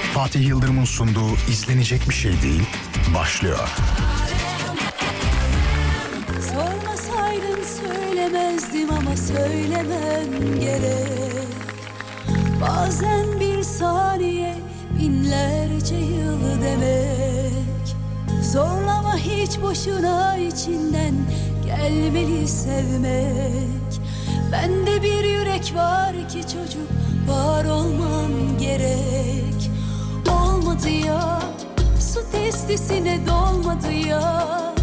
Fatih Yıldırım'ın sunduğu izlenecek bir şey değil başlıyor. Sormasaydın söylemezdim ama söylemem gerek. Bazen bir saniye binlerce yıl demek. Zorlama hiç boşuna, içinden gelmeli sevmek. Bende bir yürek var ki çocuk, var olmam gerek. Olmadı ya, su testisine dolmadı ya.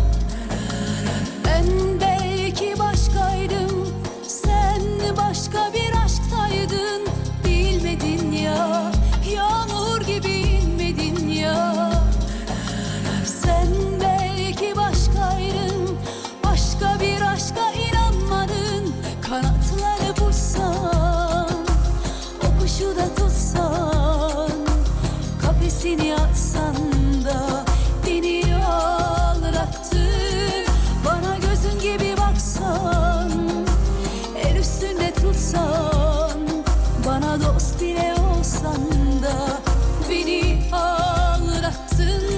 Ben belki başkaydım, sen başka bir aşktaydın. Bilmedin ya, yağmur gibi inmedin ya. Sen belki başkaydın, başka bir aşka inanmadın. Kanatları bursan, o kuşu da tutsan, kafesini açsan da beni ağlattın. Bana gözün gibi baksan, el üstünde tutsan, bana dost bile olsan da beni ağlattın.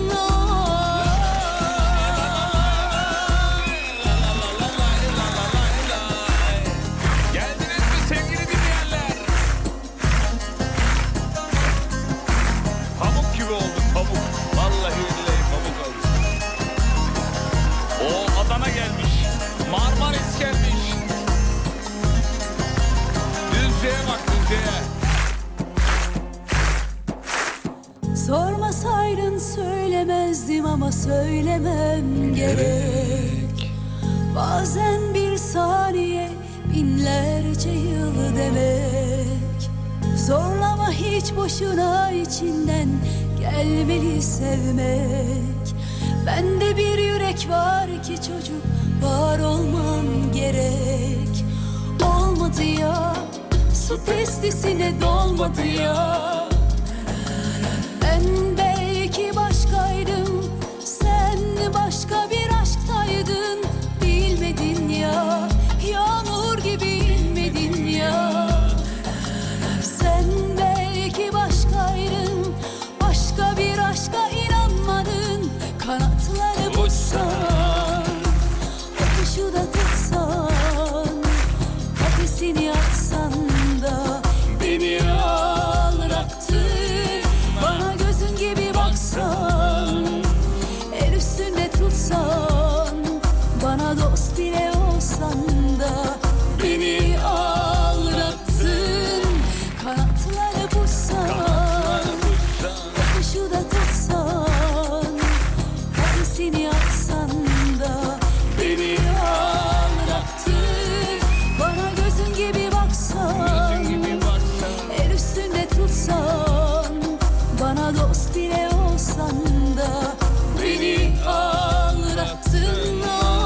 Geldiniz mi sevgili dinleyenler? Pamuk gibi olduk, pamuk. Vallahi billahi pamuk olduk. O Adana gelmiş, Marmaris gelmiş. Düzce'ye bak, Düzce'ye. Sormasaydın söylemezdim ama söylemem gerek. Bazen bir saniye binlerce yıl demek. Zorlama hiç boşuna, içinden gelmeli sevmek. Bende bir yürek var ki çocuk, var olmam gerek. Olmadı ya, su testisine dolmadı ya. Ben belki başkaydım, sen başka bir aşktaydın. Bilmedin ya, yağmur gibi inmedin ya. Sen belki başkaydın, başka bir aşka inanmadın. Kanatları bursan, o kuşu da tutsan, kafesini açsan da beni ağlattın. Bana gözün gibi baksan, el üstünde tutsan, bana dost bile olsan da beni ağlattın. Kanatları bursan, kuşu da tutsan, kafesini açsan da beni ağlattın. Bana gözün gibi baksan, el üstünde tutsan, bana dost bile olsan da beni ağlattın.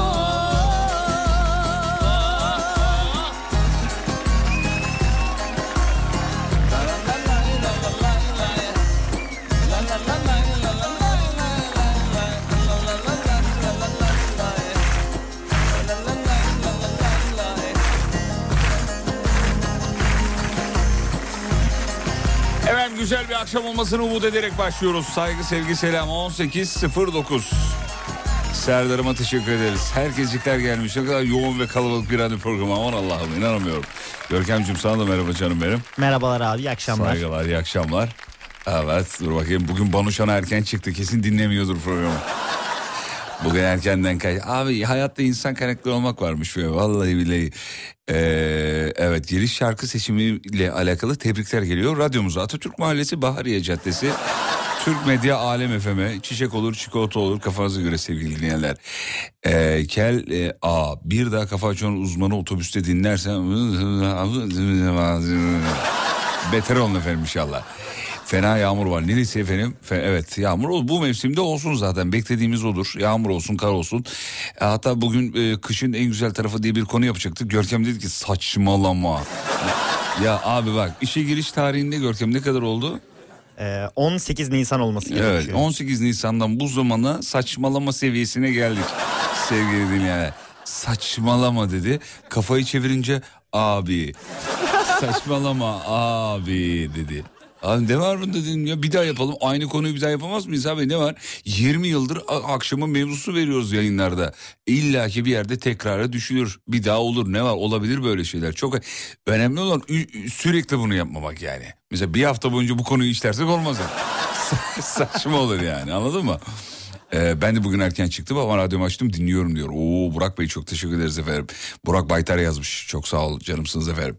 Efendim güzel bir akşam olmasını umut ederek başlıyoruz. Saygı, sevgi, selam. 18.09. Serdar'ıma teşekkür ederiz. Herkeslikler gelmiş. Ne kadar yoğun ve kalabalık bir radyo programı. Aman Allah'ım, inanamıyorum. Görkemciğim, sana da merhaba canım benim. Merhabalar abi, iyi akşamlar. Saygılar, iyi akşamlar. Evet, dur bakayım. Bugün Banu Şan'a erken çıktı. Kesin dinlemiyordur programı. Bugün erkenden abi hayatta insan kaynaklı olmak varmış ve vallahi billahi. Evet, giriş şarkı seçimiyle alakalı tebrikler geliyor. Radyomuza Atatürk Mahallesi, Bahariye Caddesi, Türk Medya Alem FM'e, çiçek olur çikolata olur kafanıza göre sevgili dinleyenler. Bir daha Kafa Açan uzmanı otobüste dinlersen beter olun efendim inşallah. Fena yağmur var. Neresi efendim? Evet, yağmur bu mevsimde olsun zaten. Beklediğimiz odur. Yağmur olsun, kar olsun. Hatta bugün kışın en güzel tarafı diye bir konu yapacaktık. Görkem dedi ki saçmalama. Ya abi bak, işe giriş tarihinde Görkem ne kadar oldu? 18 Nisan olması gerekiyor. Evet, 18 Nisan'dan bu zamana saçmalama seviyesine geldik sevgili dinleyenler. Saçmalama dedi. Kafayı çevirince abi. Saçmalama abi dedi. Abi ne var bunda dedim ya, bir daha yapalım. Aynı konuyu bir daha yapamaz mıyız abi, ne var? 20 yıldır akşamın mevzusu veriyoruz yayınlarda. İlla ki bir yerde tekrara düşülür. Bir daha olur, ne var? Olabilir böyle şeyler. Çok önemli olan sürekli bunu yapmamak yani. Mesela bir hafta boyunca bu konuyu işlersek olmaz yani. Saçma olur yani, anladın mı? Ben de bugün erken çıktım ama radyomu açtım, dinliyorum diyor. Oo, Burak Bey çok teşekkür ederiz efendim. Burak Baytar yazmış. Çok sağ ol, canımsınız efendim.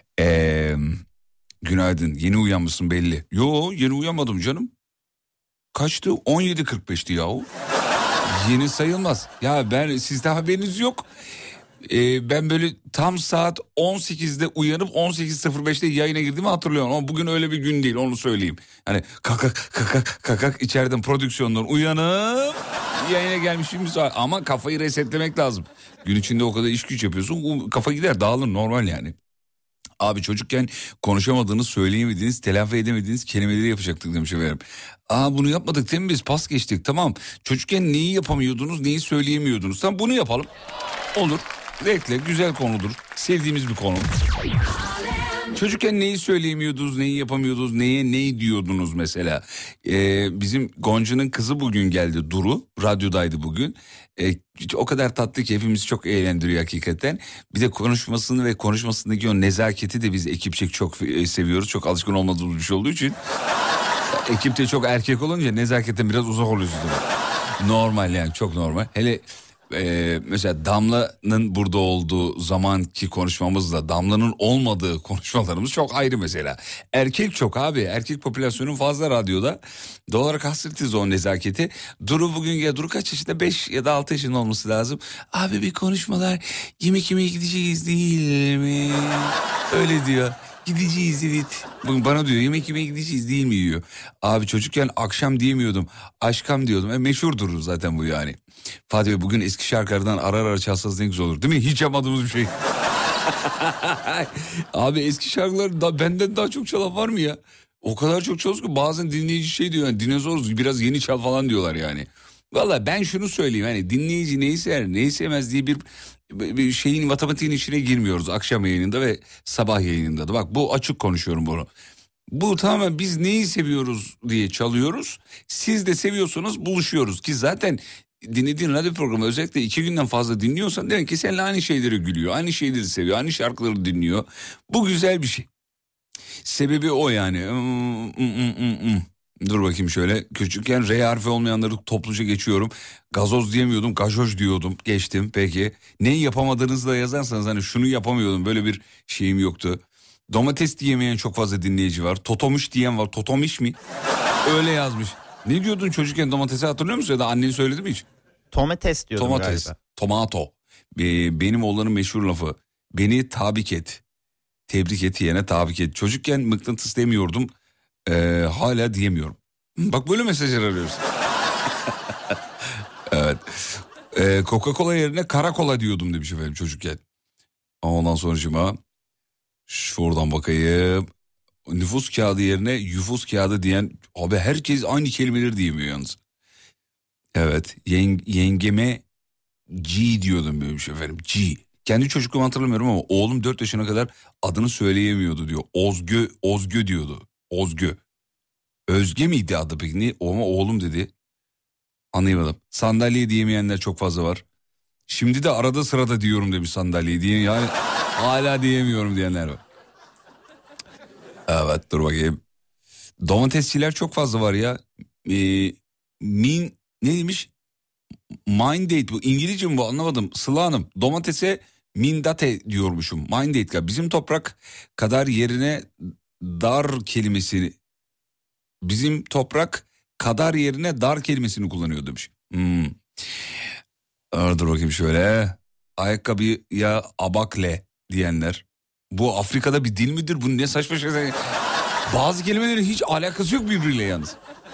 Günaydın, yeni uyanmışsın belli. Yo, yeni uyanmadım canım. Kaçtı? 17.45'ti yahu. Yeni sayılmaz. Ya ben, sizde haberiniz yok. Ben böyle tam saat 18'de uyanıp 18.05'te yayına girdiğimi hatırlıyorum. Ama bugün öyle bir gün değil, onu söyleyeyim. Hani kakak içeriden prodüksiyondan uyanıp yayına gelmişim. Ama kafayı resetlemek lazım. Gün içinde o kadar iş güç yapıyorsun, kafa gider, dağılır, normal yani. Abi çocukken konuşamadığınız, söyleyemediğiniz, telafi edemediğiniz kelimeleri yapacaktık demiş efendim. Bunu yapmadık değil mi biz? Pas geçtik, tamam. Çocukken neyi yapamıyordunuz, neyi söyleyemiyordunuz? Tamam, bunu yapalım. Olur. Zevkle, güzel konudur. Sevdiğimiz bir konu. Çocukken neyi söyleyemiyordunuz, neyi yapamıyordunuz, neyi diyordunuz mesela? Bizim Gonca'nın kızı bugün geldi, Duru. Radyodaydı bugün. O kadar tatlı ki hepimiz çok eğlendiriyor hakikaten. Bir de konuşmasındaki o nezaketi de biz ekipçek çok seviyoruz. Çok alışkın olmadığımız bir şey olduğu için. Ekipte çok erkek olunca nezaketten biraz uzak oluyorsunuz. Normal yani, çok normal. Hele mesela Damla'nın burada olduğu zamanki konuşmamızla Damla'nın olmadığı konuşmalarımız çok ayrı mesela. Erkek çok abi, erkek popülasyonun fazla radyoda. Doğal olarak hasretiz o nezaketi. Duru bugün ya, Duru kaç yaşında? 5 ya da 6 yaşında olması lazım. Abi bir konuşmalar, yemek yemeye gideceğiz değil mi? Öyle diyor. Gideceğiz evet. Bugün bana diyor, yemek yemeye gideceğiz değil mi diyor. Abi çocukken akşam diyemiyordum. Aşkam diyordum. Meşhurdur zaten bu yani. Fatih Bey, bugün eski şarkılardan arar çalsanız ne güzel olur değil mi? Hiç yapmadığımız bir şey. Abi eski şarkılar benden daha çok çalan var mı ya? O kadar çok çalıyoruz ki bazen dinleyici şey diyor. Yani, dinozoruz biraz yeni çal falan diyorlar yani. Valla ben şunu söyleyeyim, hani dinleyici neyi sever neyi sevmez diye bir şeyin, matematiğin içine girmiyoruz akşam yayınında ve sabah yayınında da. Bak, bu açık konuşuyorum bunu. Bu tamamen biz neyi seviyoruz diye çalıyoruz. Siz de seviyorsanız buluşuyoruz ki zaten dinlediğin radyo programı özellikle 2 günden fazla dinliyorsan demek ki seninle aynı şeyleri gülüyor, aynı şeyleri seviyor, aynı şarkıları dinliyor. Bu güzel bir şey. Sebebi o yani. Dur bakayım şöyle. Küçükken R harfi olmayanları topluca geçiyorum. Gazoz diyemiyordum, gajoj diyordum. Geçtim peki. Neyi yapamadığınızı da yazarsanız, hani şunu yapamıyordum, böyle bir şeyim yoktu. Domates diyemeyen çok fazla dinleyici var. Totomiş diyen var. Totomiş mi? Öyle yazmış. Ne diyordun çocukken domatese, hatırlıyor musun? Ya da annen söyledi mi hiç? Domates diyordum Domates, galiba. tomato. Benim oğlanın meşhur lafı. Beni tabik et. Tebrik et yerine tabik et. Çocukken mıknatıs demiyordum. Hala diyemiyorum. Bak, böyle mesajlar arıyoruz. Evet. Coca-Cola yerine Karakola diyordum demiş efendim çocukken. Ondan sonracıma şuradan bakayım. Nüfus kağıdı yerine yüfus kağıdı diyen, abi herkes aynı kelimeleri diyemiyor yalnız. Evet, yengeme G diyordum demiş efendim, G. Kendi çocukluğumu hatırlamıyorum ama oğlum 4 yaşına kadar adını söyleyemiyordu diyor. Ozgö diyordu. Ozgö. Özge miydi adı peki? Ne? Ama oğlum dedi. Anlayamadım. Sandalye diyemeyenler çok fazla var. Şimdi de arada sırada diyorum demiş sandalye diye. Yani hala diyemiyorum diyenler var. Evet, dur bakayım. Domatesçiler çok fazla var ya. Ne demiş? Mindate, bu İngilizce mi bu, anlamadım. Sıla Hanım, domatese mindate diyormuşum. Mindate, bizim toprak kadar yerine dar kelimesini, bizim toprak kadar yerine dar kelimesini kullanıyor demiş. Dur bakayım şöyle. Ayakkabıya abakle diyenler. Bu Afrika'da bir dil midir? Bu ne saçma şey. Bazı kelimelerin hiç alakası yok birbiriyle yalnız.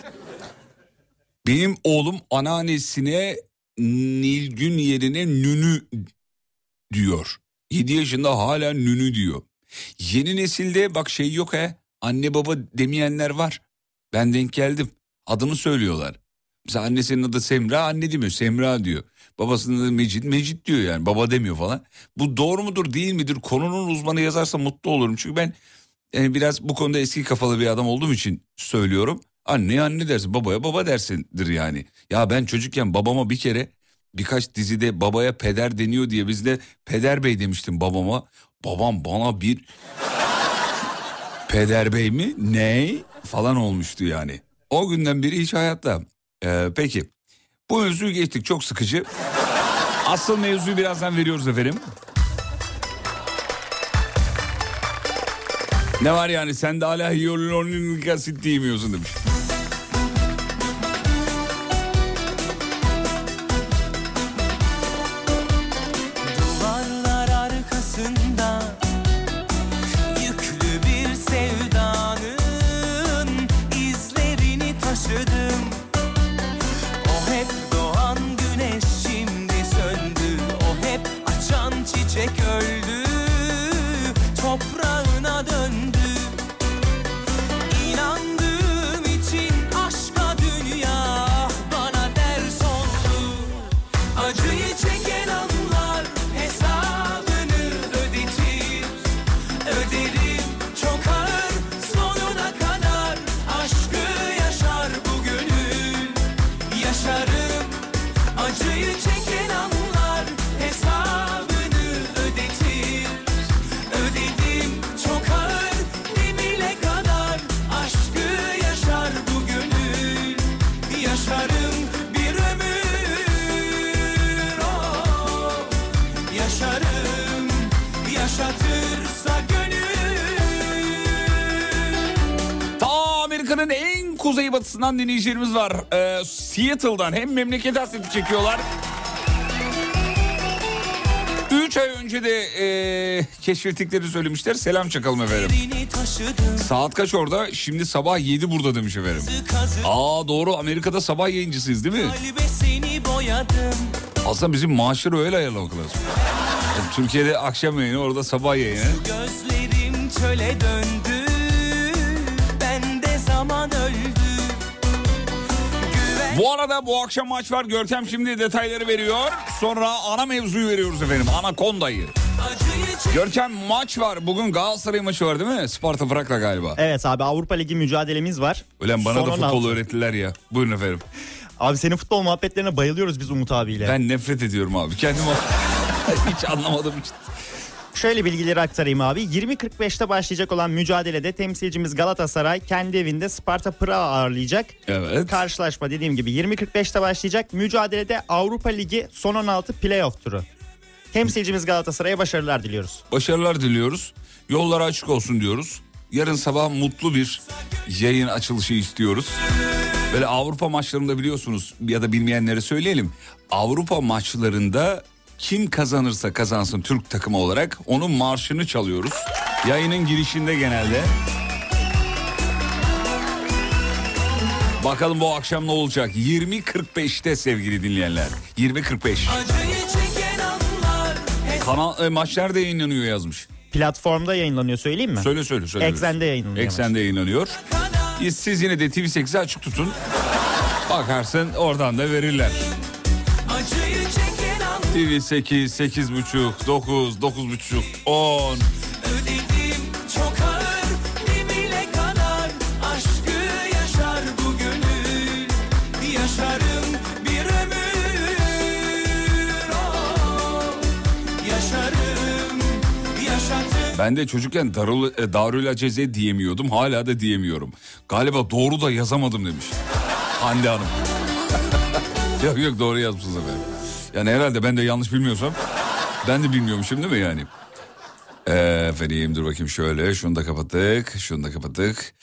Benim oğlum anneannesine Nilgün yerine nünü diyor. 7 yaşında hala nünü diyor. Yeni nesilde bak şey yok he. Anne baba demeyenler var. Ben denk geldim. Adını söylüyorlar. Mesela annesinin adı Semra, anne demiyor, Semra diyor. Babasının adı Mecit, Mecit diyor yani, baba demiyor falan. Bu doğru mudur değil midir? Konunun uzmanı yazarsa mutlu olurum. Çünkü ben Yani biraz bu konuda eski kafalı bir adam olduğum için söylüyorum. Anneye anne dersin, babaya baba dersindir yani. Ya ben çocukken babama bir kere birkaç dizide babaya peder deniyor diye biz de peder bey demiştim babama. Babam bana bir peder bey mi ne falan olmuştu yani. O günden beri hiç hayatta. Peki bu mevzuyu geçtik, çok sıkıcı. Asıl mevzuyu birazdan veriyoruz efendim. Ne var yani, sen de hala hyaluronik asit diyemiyorsun demiş. Duvarlar arkasında yüklü bir sevdanın izlerini taşıdım. O hep doğan güneş şimdi söndü. O hep açan çiçek öldü. Toprağına döndü. İnandığım için aşka dünya bana ders oldu. Acıyı çeken anlar hesabını ödetir. Öderim çok ağır sonuna kadar. Aşkı yaşar bu gönül. Yaşarım. Acıyı çeken anlar hesabını ödetir. Ödedim çok ağır dibine kadar. Aşkı yaşar bu gönül. Yaşarım bir ömür. Oh, yaşarım. Yaşatırsa gönül. Ta Amerika'nın en kuzeybatısından dinleyicilerimiz var. Seattle'dan hem memleket hasreti çekiyorlar. 3 ay önce de keşfettiklerini söylemişler. Selam çakalım efendim. Elini taşıdım. Saat kaç orada? Şimdi sabah 7 burada demiş efendim. Kazı Doğru, Amerika'da sabah yayıncısıyız değil mi? kalbe seni boyadım. Aslında bizim maaşları öyle ayarlamak lazım. Yani Türkiye'de akşam yayını, orada sabah yayını. Gözlerim çöle döndü. Bende zaman öldü. Güven Bu arada bu akşam maç var. Görkem şimdi detayları veriyor. Sonra ana mevzuyu veriyoruz efendim. Anakonda'yı. acıyı çek. Görkem maç var. Bugün Galatasaray maçı var değil mi? Sparta Prag'la galiba. Evet abi, Avrupa Ligi mücadelemiz var. Ulan bana Son da futbol 16. öğrettiler ya. Buyurun efendim. Abi senin futbol muhabbetlerine bayılıyoruz biz Umut abiyle. Ben nefret ediyorum abi. Kendimi hiç anlamadım hiç. Şöyle bilgileri aktarayım abi. 20.45'te başlayacak olan mücadelede temsilcimiz Galatasaray kendi evinde Sparta Prag'ı ağırlayacak. Evet. Karşılaşma dediğim gibi 20.45'te başlayacak. Mücadelede Avrupa Ligi son 16 playoff turu. Temsilcimiz Galatasaray'a başarılar diliyoruz. Başarılar diliyoruz. Yolları açık olsun diyoruz. Yarın sabah mutlu bir yayın açılışı istiyoruz. Böyle Avrupa maçlarında biliyorsunuz, ya da bilmeyenlere söyleyelim. Avrupa maçlarında kim kazanırsa kazansın Türk takımı olarak onun marşını çalıyoruz. Yayının girişinde genelde. Bakalım bu akşam ne olacak? 20.45'te sevgili dinleyenler. 20.45. Acıyı çeken anlar Maçlar da yayınlanıyor yazmış. Platformda yayınlanıyor, söyleyeyim mi? Söyle. Eksen'de yayınlanıyor. Eksende yayınlanıyor. Siz yine de TV8'i açık tutun. Bakarsın oradan da verirler. acıyı çeken anlar TV8, 8.30, 9, 9.30, 10. ödedim çok ağır dibine kadar. Aşkı yaşar bu gönül. Yaşarım bir ömür. Oh, yaşarım. Yaşatırım. Ben de çocukken Darül Aceze diyemiyordum. Hala da diyemiyorum. Galiba doğru da yazamadım demiş Hande Hanım. Yok doğru yazmışsınız efendim. Yani herhalde ben de yanlış bilmiyorsam ben de bilmiyormuşum değil mi yani? Efendim dur bakayım şöyle. Şunu da kapattık.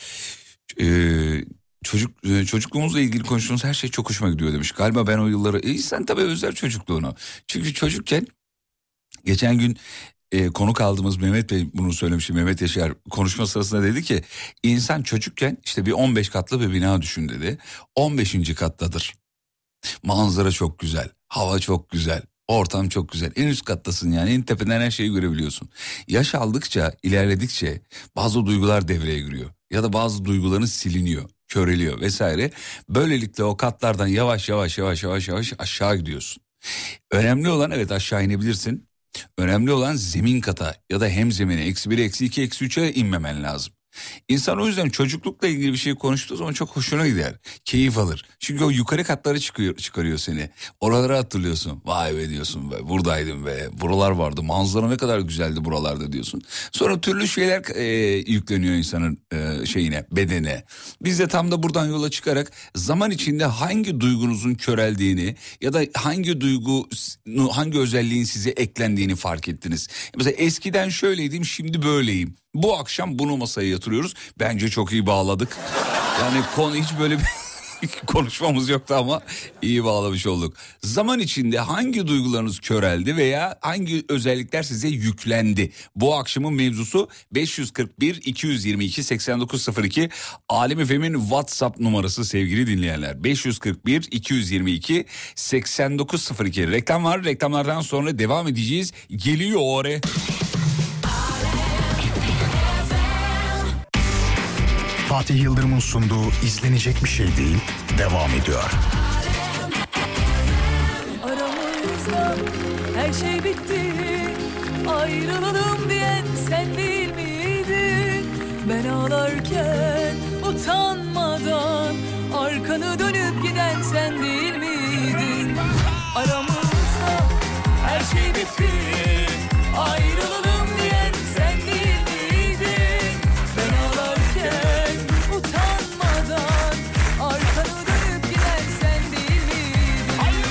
Çocukluğumuzla ilgili konuştuğunuz her şey çok hoşuma gidiyor demiş. Galiba ben o yılları... sen tabii özel çocukluğunu. Çünkü çocukken geçen gün konuk aldığımız Mehmet Bey bunu söylemişti. Mehmet Yaşar konuşma sırasında dedi ki insan çocukken işte bir 15 katlı bir bina düşün dedi. 15. kattadır. Manzara çok güzel. Hava çok güzel. Ortam çok güzel. En üst kattasın yani. En tepeden her şeyi görebiliyorsun. Yaş aldıkça, ilerledikçe bazı duygular devreye giriyor. Ya da bazı duyguların siliniyor, köreliyor vesaire. Böylelikle o katlardan yavaş yavaş aşağı gidiyorsun. Önemli olan evet aşağı inebilirsin. Önemli olan zemin kata ya da hemzemine -1, -2, -3'e inmemen lazım. İnsan o yüzden çocuklukla ilgili bir şey konuştuğu zaman çok hoşuna gider. Keyif alır. Çünkü o yukarı katları çıkarıyor seni. Oraları hatırlıyorsun. Vay be diyorsun be. Buradaydım be. Buralar vardı. Manzara ne kadar güzeldi buralarda diyorsun. Sonra türlü şeyler yükleniyor insanın bedene. Biz de tam da buradan yola çıkarak zaman içinde hangi duygunuzun köreldiğini ya da hangi özelliğin size eklendiğini fark ettiniz. Mesela eskiden şöyleydim, şimdi böyleyim. Bu akşam bunu masaya yatırıyoruz. Bence çok iyi bağladık. Yani konu hiç böyle bir konuşmamız yoktu ama iyi bağlamış olduk. Zaman içinde hangi duygularınız köreldi veya hangi özellikler size yüklendi? Bu akşamın mevzusu 541-222-8902 Alem FM'in WhatsApp numarası sevgili dinleyenler. 541-222-8902 reklam var. Reklamlardan sonra devam edeceğiz. Geliyor oraya. Fatih Yıldırım'ın sunduğu izlenecek bir şey değil devam ediyor. Aramızda her şey bitti. Ayrılalım diyen sen değil miydin? Ben ağlarken utanmadan arkanı dönüp giden sen değil miydin? Aramızda her şey bitti. Ayrılalım diyen sen değil miydin? Ben ağlarken utanmadan arkanı dönüp giden sen değil miydin?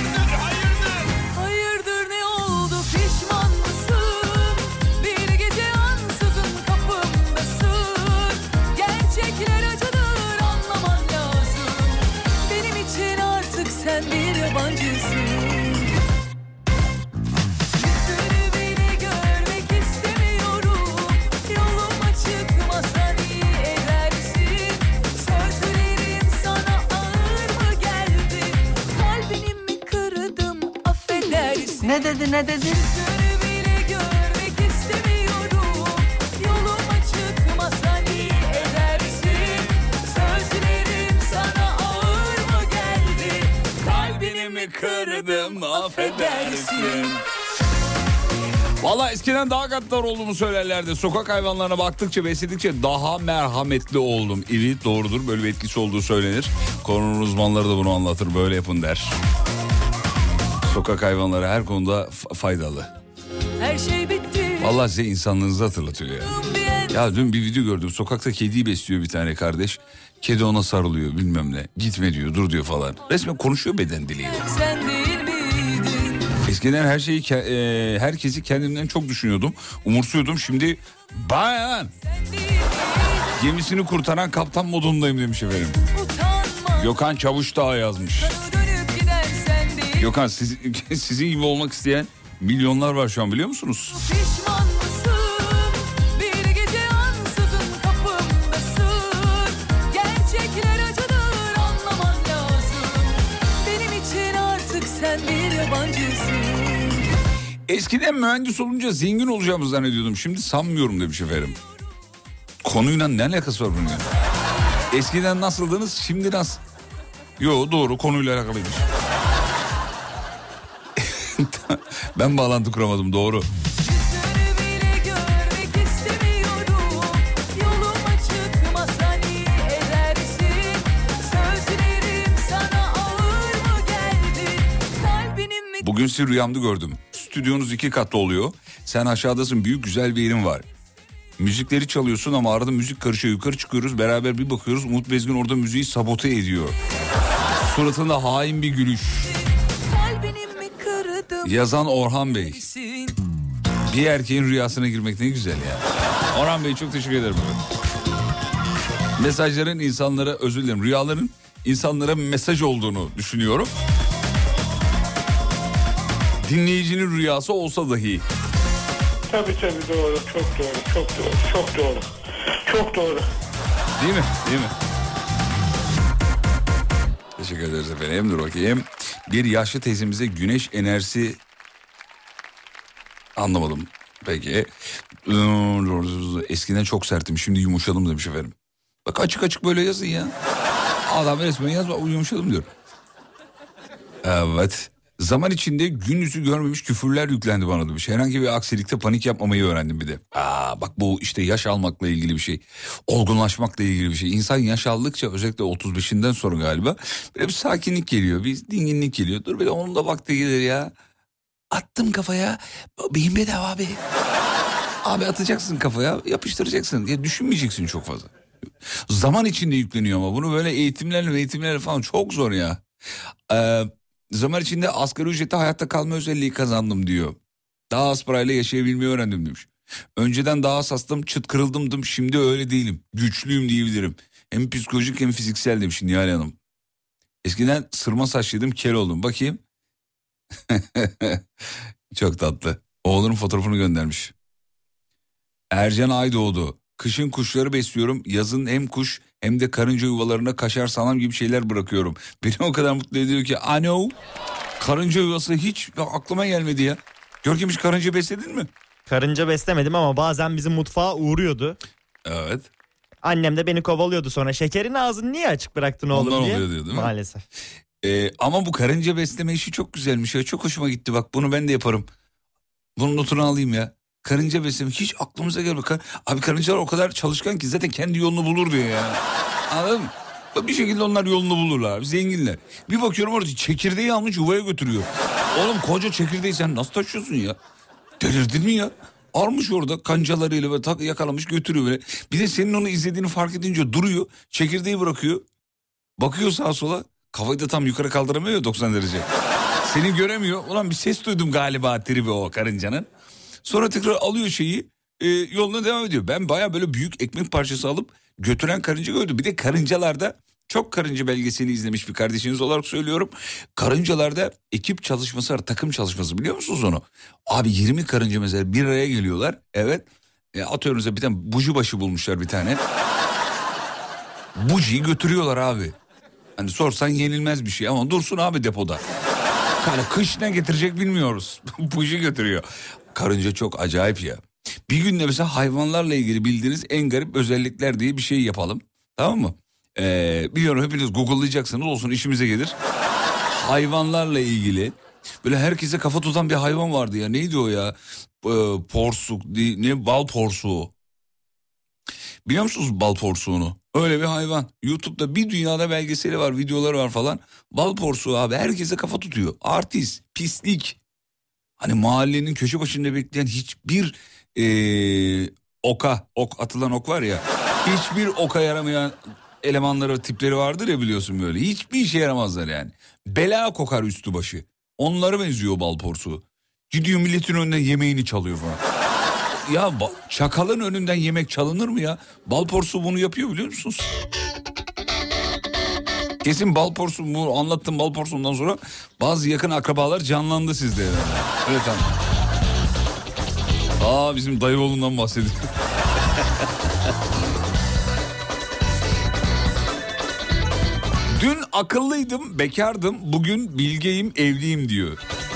Hayırdır ne oldu, pişman mısın? Bir gece ansızın kapımdasın. Gerçekler acıdır, anlaman lazım. Benim için artık sen bir yabancısın. Yüzünü bile görmek istemiyorum. Yoluma çıkmasan iyi edersin. Sözlerim sana ağır mı geldi? Kalbini mi kırdım, affedersin. Ne dedi? Yüzünü bile görmek istemiyorum. Yoluma çıkmasan iyi edersin. Sözlerim sana ağır mı geldi? Kalbini mi kırdım, affedersin. Valla eskiden daha gaddar olduğumu söylerlerdi. Sokak hayvanlarına baktıkça, besledikçe daha merhametli oldum. Evet, doğrudur, böyle bir etkisi olduğu söylenir. Konunun uzmanları da bunu anlatır, böyle yapın der. Sokak hayvanları her konuda faydalı. Her şey bitti. Vallahi size insanlığınızı hatırlatıyor ya. Ya dün bir video gördüm. Sokakta kediyi besliyor bir tane kardeş. Kedi ona sarılıyor bilmem ne. Gitme diyor, dur diyor falan. Resmen konuşuyor beden diliyle. Sen değil miydin? Eskiden herkesi kendimden çok düşünüyordum. Umursuyordum. Şimdi bayan gemisini kurtaran kaptan modundayım demiş efendim. Utanma. Gökhan Çavuşdağ yazmış. Dönüp giden sen değil. Gökhan sizin gibi olmak isteyen milyonlar var şu an, biliyor musunuz? Pişman mısın? Bir gece ansızın kapımdasın. Gerçekler acıdır, anlaman lazım. Benim için artık sen bir yabancısın. Eskiden mühendis olunca zengin olacağımı zannediyordum. Şimdi sanmıyorum demiş efendim. Konuyla ne alakası var bunun ya? Eskiden nasıldınız, şimdi nasıl? Yo, doğru, konuyla alakalıymış. Ben bağlantı kuramadım, doğru. Yüzünü bile görmek istemiyorum. Yoluma çıkmasan iyi edersin. Sözlerim sana ağır mı geldi? Kalbinin mi? Bugün sizi rüyamda gördüm. Stüdyonuz 2 katlı oluyor. Sen aşağıdasın, büyük güzel bir yerin var. Müzikleri çalıyorsun ama arada müzik karışıyor. Yukarı çıkıyoruz, beraber bir bakıyoruz. Umut Bezgin orada müziği sabote ediyor. Suratında hain bir gülüş. Kalbinin mi kırdım? Yazan Orhan Bey. Bir erkeğin rüyasına girmek ne güzel ya. Orhan Bey çok teşekkür ederim. Mesajların insanlara, özür dilerim, rüyaların insanlara mesaj olduğunu düşünüyorum. Dinleyicinin rüyası olsa dahi. Tabii doğru, çok doğru. Değil mi? Değil mi? Teşekkür ederiz efendim. Dur bakayım. Bir yaşlı teyzemize güneş enerjisi... Anlamadım. Peki. Eskiden çok serttim, şimdi yumuşadım demiş efendim. Bak açık açık böyle yazın ya. Adam resmen yazma, yumuşadım diyor. Evet. Zaman içinde gün yüzü görmemiş küfürler yüklendi bana demiş. Herhangi bir aksilikte panik yapmamayı öğrendim bir de. Bak bu işte yaş almakla ilgili bir şey. Olgunlaşmakla ilgili bir şey. İnsan yaş aldıkça özellikle 35'inden sonra galiba böyle bir sakinlik geliyor. Bir dinginlik geliyor. Dur böyle onun da vakti gelir ya. Attım kafaya. Beyin bedava abi. Abi atacaksın kafaya, yapıştıracaksın. Ya düşünmeyeceksin çok fazla. Zaman içinde yükleniyor ama bunu böyle eğitimlerle falan çok zor ya. Zaman içinde asgari ücrette hayatta kalma özelliği kazandım diyor. Daha az parayla yaşayabilmeyi öğrendim demiş. Önceden daha az hastım, çıt kırıldımdım, şimdi öyle değilim. Güçlüyüm diyebilirim. Hem psikolojik hem fiziksel demiş Nihal Hanım. Eskiden sırma saçlıydım, kel oldum. Bakayım. Çok tatlı. Oğlunun fotoğrafını göndermiş. Ercan Aydoğdu. Kışın kuşları besliyorum. Yazın hem kuş hem de karınca yuvalarına kaşar, salam gibi şeyler bırakıyorum. Beni o kadar mutlu ediyor ki. Ano. Karınca yuvası hiç aklıma gelmedi ya. Görkem hiç karınca besledin mi? Karınca beslemedim ama bazen bizim mutfağa uğruyordu. Evet. Annem de beni kovalıyordu sonra. Şekerin ağzını niye açık bıraktın oğlum Ondan diye. oluyor diyor, değil mi? Maalesef. Ama bu karınca besleme işi çok güzelmiş ya. Çok hoşuma gitti bak, bunu ben de yaparım. Bunun notunu alayım ya. Karınca besleme hiç aklımıza gelmiyor. Abi karıncalar o kadar çalışkan ki zaten kendi yolunu bulur diyor ya. Anladın mı? Bir şekilde onlar yolunu bulurlar abi, zenginler. Bir bakıyorum orada çekirdeği almış yuvaya götürüyor. Oğlum koca çekirdeği sen nasıl taşıyorsun ya? Delirdin mi ya? Almış orada kancalarıyla böyle yakalamış götürüyor böyle. Bir de senin onu izlediğini fark edince duruyor. Çekirdeği bırakıyor. Bakıyor sağa sola. Kafayı da tam yukarı kaldıramıyor ya 90 derece. Seni göremiyor. Ulan bir ses duydum galiba tribi o karıncanın. Sonra tekrar alıyor şeyi, yoluna devam ediyor. Ben baya böyle büyük ekmek parçası alıp götüren karınca gördüm. Bir de karıncalarda, çok karınca belgeseli izlemiş bir kardeşiniz olarak söylüyorum. Karıncalarda ekip çalışması var, takım çalışması, biliyor musunuz onu? Abi 20 karınca mesela bir araya geliyorlar. Evet. Atıyorum size bir tane buji başı bulmuşlar bir tane. Bujiyi götürüyorlar abi. Hani sorsan yenilmez bir şey ama dursun abi depoda. Yani kış ne getirecek bilmiyoruz. Buji götürüyor. Karınca çok acayip ya. Bir gün de mesela hayvanlarla ilgili bildiğiniz en garip özellikler diye bir şey yapalım. Tamam mı? Biliyorum hepiniz google'layacaksınız, olsun işimize gelir. Hayvanlarla ilgili böyle herkese kafa tutan bir hayvan vardı ya. Neydi o ya? Porsuk, ne, bal porsuğu. Biliyor musunuz bal porsuğunu? Öyle bir hayvan. YouTube'da bir dünyada belgeseli var, videoları var falan. Bal porsuğu abi herkese kafa tutuyor. Artist, pislik. Hani mahallenin köşe başında bekleyen hiçbir ok atılan ok var ya. Hiçbir oka yaramayan elemanları, tipleri vardır ya, biliyorsun böyle. Hiçbir işe yaramazlar yani. Bela kokar üstü başı. Onlara benziyor bal porsuğu. Gidiyor milletin önünden yemeğini çalıyor falan. Ya çakalın önünden yemek çalınır mı ya? Bal porsuğu bunu yapıyor, biliyor musunuz? Kesin bal porsuğu, bu anlattığım bal porsuğundan sonra bazı yakın akrabalar canlandı sizde. Yani. Evet abi. Bizim dayıoğlundan bahsediyor. Dün akıllıydım, bekardım, bugün bilgeyim, evliyim diyor.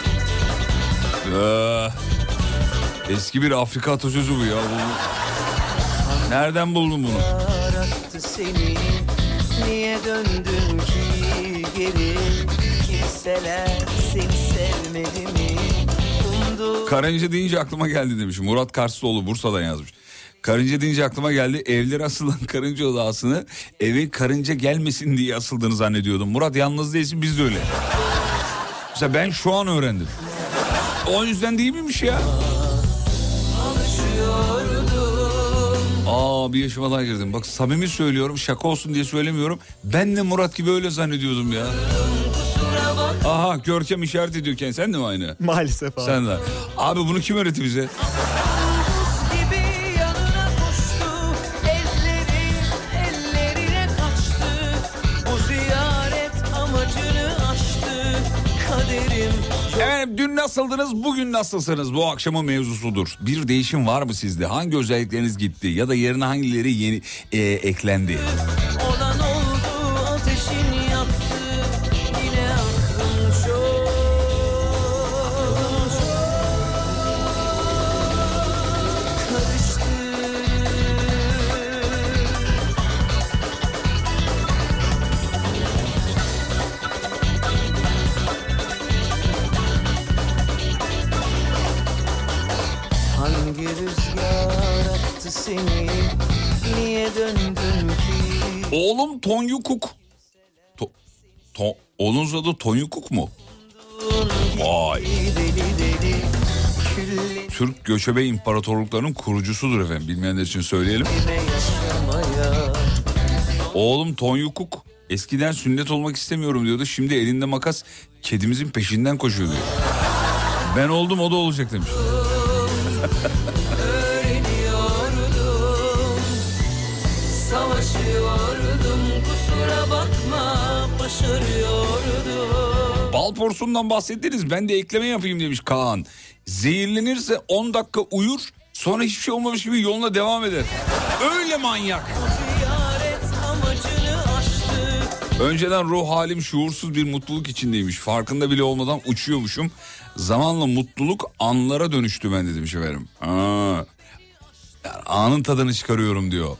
Eski bir Afrika atasözü bu ya. Nereden buldun bunu? Yarattı seni, niye döndün ki geri? Kimseler seni sevmedi mi? Karınca deyince aklıma geldi demiş. Murat Karslıoğlu Bursa'dan yazmış. Karınca deyince aklıma geldi. Evlere asılan karınca odasını eve karınca gelmesin diye asıldığını zannediyordum. Murat yalnız değilsin, biz de öyle. Mesela ben şu an öğrendim. O yüzden değil miymiş ya? Bir yaşıma daha girdim. Bak samimi söylüyorum, şaka olsun diye söylemiyorum. Ben de Murat gibi öyle zannediyordum ya. Aha Görkem işaret ediyor kendisi. Sen de mi aynı? Maalesef abi. Sen de. Abi bunu kim öğretti bize? Efendim dün nasıldınız, bugün nasılsınız? Bu akşamın mevzusudur. Bir değişim var mı sizde? Hangi özellikleriniz gitti? Ya da yerine hangileri yeni eklendi? Olan oldu, ateşin yaktı, yine aklım çok karıştı. Oğlum Tonyukuk. Oğlunuz adı Tonyukuk mu? Vay. Türk göçebe imparatorluklarının kurucusudur efendim. Bilmeyenler için söyleyelim. Oğlum Tonyukuk eskiden sünnet olmak istemiyorum diyordu. Şimdi elinde makas kedimizin peşinden koşuyor diyor. Ben oldum, o da olacak demiş. Savaşıyordum, kusura bakma, başarıyordum. Bal porsundan bahsettiniz, ben de ekleme yapayım demiş Kaan. Zehirlenirse 10 dakika uyur, sonra hiçbir şey olmamış gibi yoluna devam eder. Öyle manyak. Önceden ruh halim şuursuz bir mutluluk içindeymiş. Farkında bile olmadan uçuyormuşum. Zamanla mutluluk anlara dönüştü bende demiş efendim. Yani anın tadını çıkarıyorum diyor.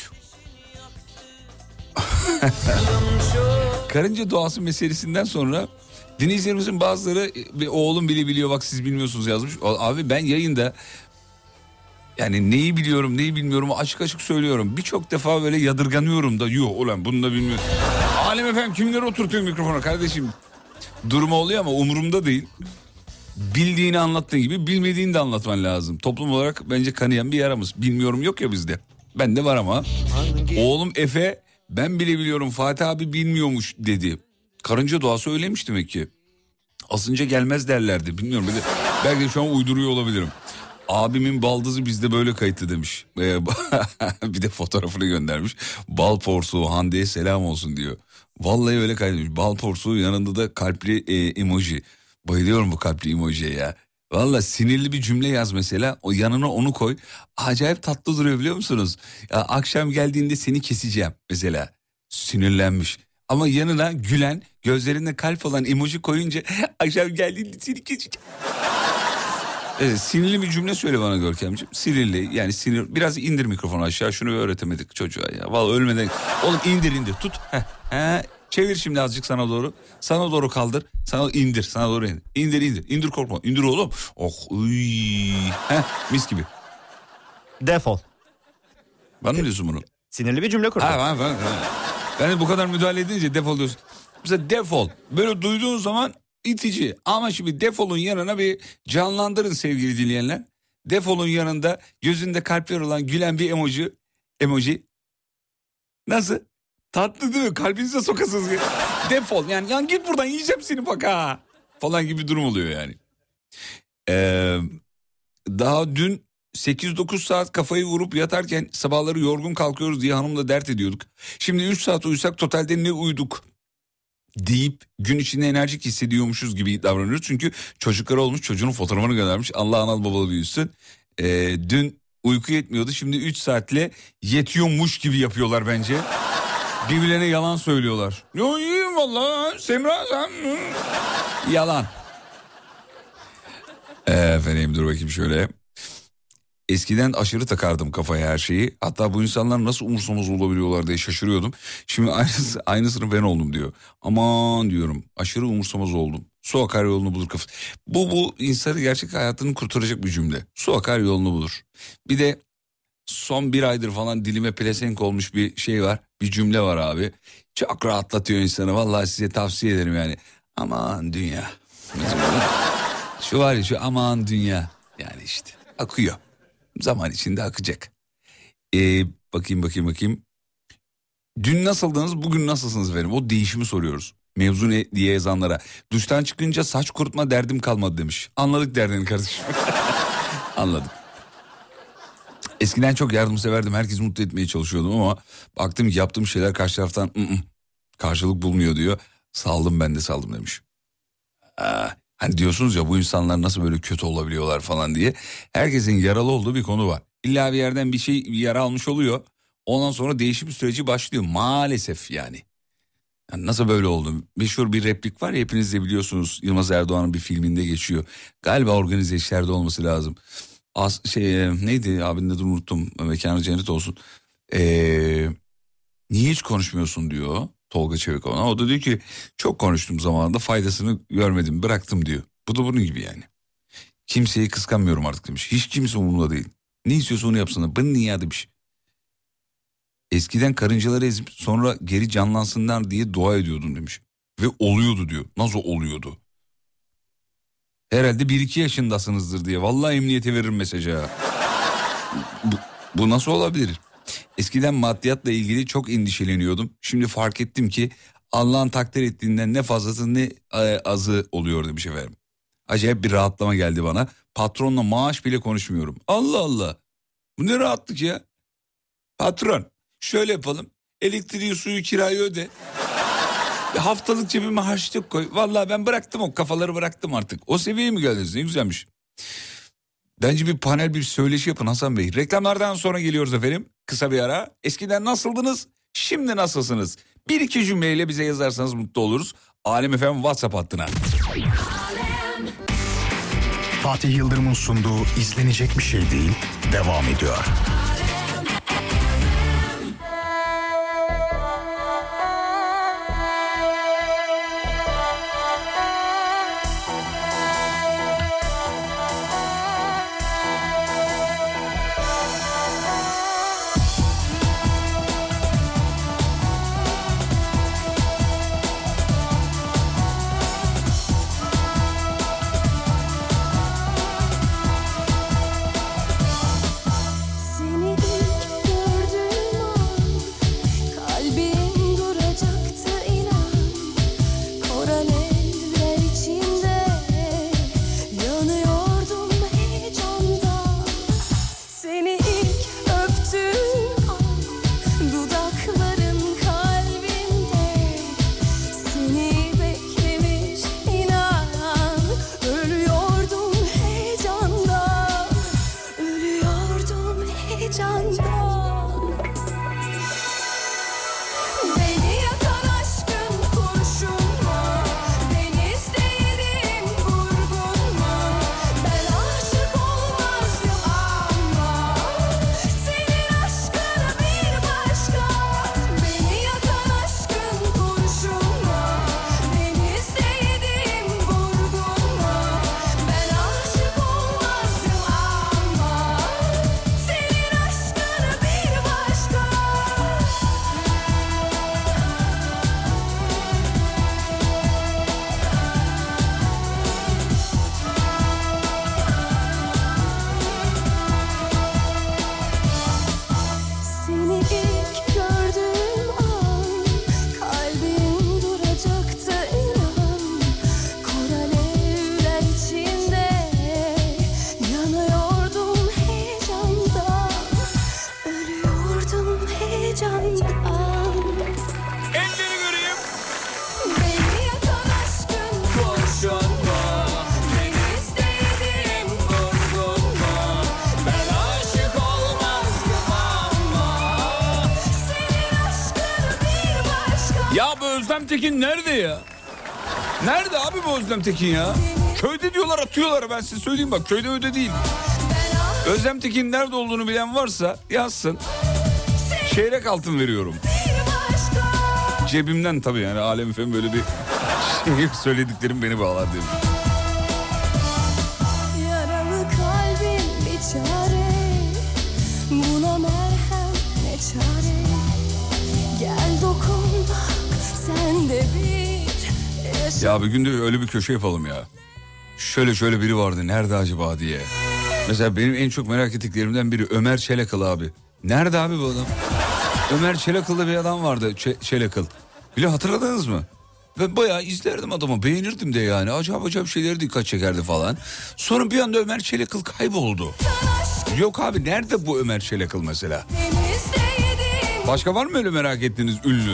Karınca doğası meselesinden sonra dinleyicilerimizin bazıları oğlum bile biliyor bak siz bilmiyorsunuz yazmış. Abi ben yayında yani neyi biliyorum neyi bilmiyorum açık açık söylüyorum. Birçok defa böyle yadırganıyorum da yuh ulan bunu da bilmiyorum. Alem efendim kimleri oturtuyor mikrofona kardeşim? Durumu oluyor ama umurumda değil. Bildiğini anlattığın gibi bilmediğini de anlatman lazım. Toplum olarak bence kanayan bir yaramız. Bilmiyorum yok ya bizde. Bende var ama. Oğlum Efe ben bile biliyorum Fatih abi bilmiyormuş dedi. Karınca doğası öyleymiş demek ki. Asınca gelmez derlerdi. Bilmiyorum belki de şu an uyduruyor olabilirim. Abimin baldızı bizde böyle kayıtlı demiş. Bir de fotoğrafını göndermiş. Bal porsuğu Hande'ye selam olsun diyor. Vallahi öyle kaydetmiş. Bal porsuğu yanında da kalpli emoji. Bayılıyorum bu kalpli emojiye ya. Vallahi sinirli bir cümle yaz mesela. O yanına onu koy. Acayip tatlı duruyor biliyor musunuz? Ya, akşam geldiğinde seni keseceğim mesela. Sinirlenmiş. Ama yanına gülen gözlerinde kalp olan emoji koyunca akşam geldiğinde seni keseceğim. Evet, sinirli bir cümle söyle bana Görkemciğim. Sinirli yani sinir. Biraz indir mikrofonu aşağı, şunu öğretemedik çocuğa ya. Vallahi ölmeden. Oğlum indir tut. Çevir şimdi azıcık sana doğru. Sana doğru kaldır. Sana indir. Sana doğru indir. İndir korkma. İndir oğlum. Oh uy. Mis gibi. Defol. Bana mı diyorsun bunu? Sinirli bir cümle kurdum. Ben de bu kadar müdahale edince defol diyorsun. Mesela defol. Böyle duyduğun zaman itici. Ama şimdi defolun yanına bir canlandırın sevgili dinleyenler. Defolun yanında gözünde kalpler olan gülen bir emoji. Nasıl? Tatlı değil mi? Kalbinize sokasınız. Defol. Yani git buradan yiyeceğim seni bak ha. Falan gibi durum oluyor yani. Daha dün 8-9 saat kafayı vurup yatarken sabahları yorgun kalkıyoruz diye hanımla dert ediyorduk. Şimdi 3 saat uyusak totalde ne uyuduk deyip gün içinde enerjik hissediyormuşuz gibi davranıyoruz. Çünkü çocukları olmuş, çocuğun fotoğrafını göndermiş. Allah analı babalı büyüsün. Dün uyku yetmiyordu, şimdi 3 saatle yetiyormuş gibi yapıyorlar bence. Birbirlerine yalan söylüyorlar. Yo iyiyim valla Semra sen. Yalan. Efendim dur bakayım şöyle. Eskiden aşırı takardım kafaya her şeyi. Hatta bu insanlar nasıl umursamaz olabiliyorlar diye şaşırıyordum. Şimdi aynısını ben oldum diyor. Aman diyorum aşırı umursamaz oldum. Su akar yolunu bulur kafası. Bu insanı gerçek hayatını kurtaracak bir cümle. Su akar yolunu bulur. Bir de son bir aydır falan dilime pelesenk olmuş bir şey var. Bir cümle var abi. Çok rahatlatıyor insanı. Vallahi size tavsiye ederim yani. Aman dünya. Şu var ya şu aman dünya. Yani işte akıyor. Zaman içinde akacak. Bakayım. Dün nasıldınız, bugün nasılsınız efendim? O değişimi soruyoruz. Mevzu ne diye yazanlara. Duştan çıkınca saç kurutma derdim kalmadı demiş. Anladık derdini kardeşim. Anladım. Eskiden çok yardımseverdim. Herkesi mutlu etmeye çalışıyordum ama baktım ki yaptığım şeyler karşı taraftan karşılık bulmuyor diyor. Ben de saldım demiş. Hani diyorsunuz ya bu insanlar nasıl böyle kötü olabiliyorlar falan diye. Herkesin yaralı olduğu bir konu var. İlla bir yerden bir yara almış oluyor. Ondan sonra değişim süreci başlıyor maalesef yani. Nasıl böyle oldu? Meşhur bir replik var ya hepiniz de biliyorsunuz. Yılmaz Erdoğan'ın bir filminde geçiyor. Galiba organize işlerde olması lazım. Neydi abinin adını unuttum. Mekanı cennet olsun. Niye hiç konuşmuyorsun diyor Tolga Çevik ona. O da diyor ki çok konuştum zamanında faydasını görmedim bıraktım diyor. Bu da bunun gibi yani. Kimseyi kıskanmıyorum artık demiş. Hiç kimse umurumda değil. Ne istiyorsa onu yapsınlar. Bana niye demiş. Eskiden karıncaları ezip sonra geri canlansınlar diye dua ediyordum demiş. Ve oluyordu diyor. Nasıl oluyordu? Herhalde 1-2 yaşındasınızdır diye. Vallahi emniyete veririm mesajı ha. Bu nasıl olabilir? Eskiden maddiyatla ilgili çok endişeleniyordum. Şimdi fark ettim ki Allah'ın takdir ettiğinden ne fazlası ne azı oluyor demiş efendim. Acayip bir rahatlama geldi bana. Patronla maaş bile konuşmuyorum. Allah Allah. Bu ne rahatlık ya. Patron şöyle yapalım. Elektriği, suyu, kirayı öde. Haftalık cebime harçlık koy. Vallahi ben bıraktım, o kafaları bıraktım artık. O seviyeye mi geldiniz? Ne güzelmiş. Bence bir panel, bir söyleşi yapın Hasan Bey. Reklamlardan sonra geliyoruz efendim. Kısa bir ara. Eskiden nasıldınız? Şimdi nasılsınız? 1-2 cümleyle bize yazarsanız mutlu oluruz. Alem FM WhatsApp hattına. Fatih Yıldırım'ın sunduğu izlenecek bir şey değil devam ediyor. Özlem Tekin nerede ya? Nerede abi bu Özlem Tekin ya? Köyde diyorlar, atıyorlar, ben size söyleyeyim bak, köyde öyle değil. Özlem Tekin nerede olduğunu bilen varsa yazsın. Çeyrek altın veriyorum. Cebimden tabii, yani Alem efendim böyle bir şey, söylediklerim beni bağlar diyor. Yaralı kalbim bir çare, buna merhem ne çare. Gel dokun bak sen de bir yaşa. Ya bir gün de öyle bir köşe yapalım ya. Şöyle biri vardı, nerede acaba diye. Mesela benim en çok merak ettiklerimden biri Ömer Çelakıl abi. Nerede abi bu adam? Ömer Çelakıl'da bir adam vardı, Çelakıl. Bile hatırladınız mı? Ben bayağı izlerdim adamı, beğenirdim de yani. Acayip şeyleri dikkat çekerdi falan. Sonra bir anda Ömer Çelakıl kayboldu. Yok abi, nerede bu Ömer Çelakıl mesela? Başka var mı öyle merak ettiğiniz ünlü?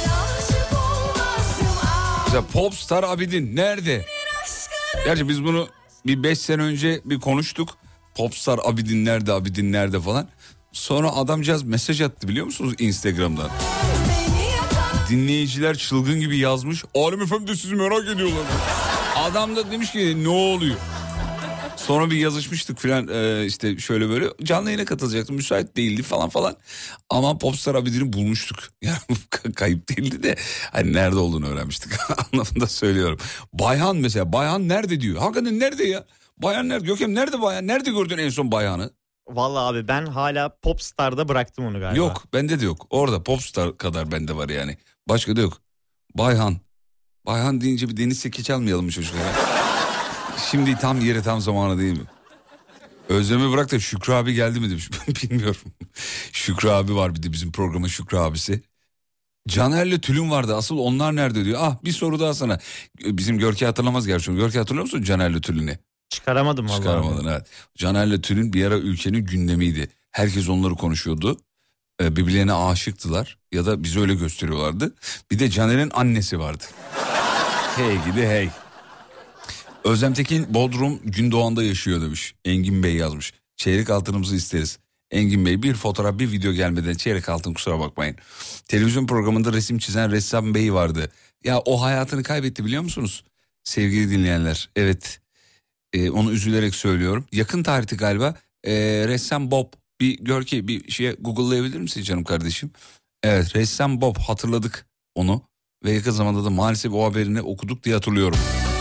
Mesela Popstar Abidin nerede? Gerçi biz bunu bir 5 sene önce bir konuştuk. Popstar Abidin nerede falan. Sonra adamcağız mesaj attı, biliyor musunuz, Instagram'dan. Dinleyiciler çılgın gibi yazmış. Alem efendim de sizi merak ediyorlar. Adam da demiş ki ne oluyor? Sonra bir yazışmıştık filan, işte şöyle böyle canlı yayına katılacaktım, müsait değildi falan. Ama Popstar Abidin'i bulmuştuk. Yani kayıp değildi de hani nerede olduğunu öğrenmiştik anlamında söylüyorum. Bayhan mesela, Bayhan nerede diyor. Hakikaten nerede ya? Bayhan nerede? Gökhan nerede Bayhan? Nerede gördün en son Bayhan'ı? Vallahi abi ben hala Popstar'da bıraktım onu galiba. Yok, bende de yok. Orada Popstar kadar bende var yani. Başka da yok. Bayhan. Bayhan deyince bir Deniz Seki çalmayalım mı çocuklara? Şimdi tam yeri tam zamanı değil mi? Özlemi bırak da Şükrü abi geldi mi demiş. Bilmiyorum. Şükrü abi var bir de bizim programın Şükrü abisi. Caner'le Tülin vardı. Asıl onlar nerede diyor. Ah bir soru daha sana. Bizim Görke hatırlamaz gerçi. Görke hatırlıyor musun Caner'le Tülin'i? Çıkaramadım vallahi. Çıkaramadın evet. Caner'le Tülin bir ara ülkenin gündemiydi. Herkes onları konuşuyordu. Birbirlerine aşıktılar. Ya da bizi öyle gösteriyorlardı. Bir de Caner'in annesi vardı. Hey gidi hey. Özlem Tekin Bodrum Gündoğan'da yaşıyor demiş. Engin Bey yazmış. Çeyrek altınımızı isteriz. Engin Bey bir fotoğraf bir video gelmeden çeyrek altın kusura bakmayın. Televizyon programında resim çizen ressam Bey vardı. Ya o hayatını kaybetti biliyor musunuz? Sevgili dinleyenler evet onu üzülerek söylüyorum. Yakın tarihte galiba ressam Bob bir gör ki bir şeye Google'layabilir misin canım kardeşim? Evet ressam Bob hatırladık onu. Ve yakın zamanda da maalesef o haberini okuduk diye hatırlıyorum.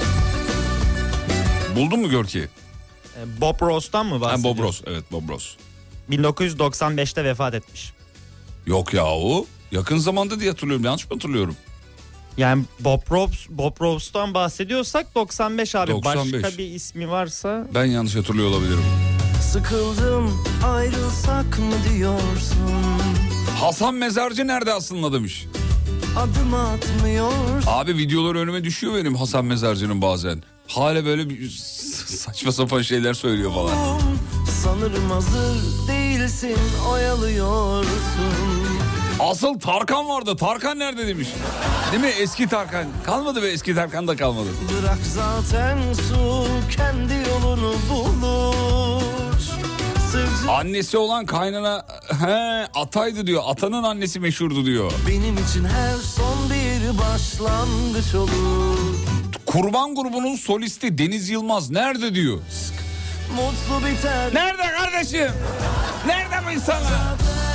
Buldun mu Görki? Bob Ross'tan mı bahsediyorsun? Bob Ross evet Bob Ross. 1995'te vefat etmiş. Yok ya o yakın zamanda diye hatırlıyorum yanlış mı hatırlıyorum? Yani Bob Ross'tan bahsediyorsak 95 abi. 95. Başka bir ismi varsa... Ben yanlış hatırlıyor olabilirim. Sıkıldım ayrılsak mı diyorsun? Hasan Mezarcı nerede aslında demiş. Adım atmıyorsun. Abi videolar önüme düşüyor benim Hasan Mezarcı'nın bazen. Hala böyle bir saçma sapan şeyler söylüyor falan. Sanırım hazır değilsin, oyalıyorsun. Asıl Tarkan vardı. Tarkan nerede demiş. Değil mi? Eski Tarkan. Kalmadı be eski Tarkan da kalmadı. Bırak zaten su kendi yolunu bulur. Annesi olan kaynana ataydı diyor. Atanın annesi meşhurdu diyor. Benim için her son bir başlangıç olur. Kurban grubunun solisti Deniz Yılmaz nerede diyor. Mutlu biter. Nerede kardeşim? Nerede bu insanlar?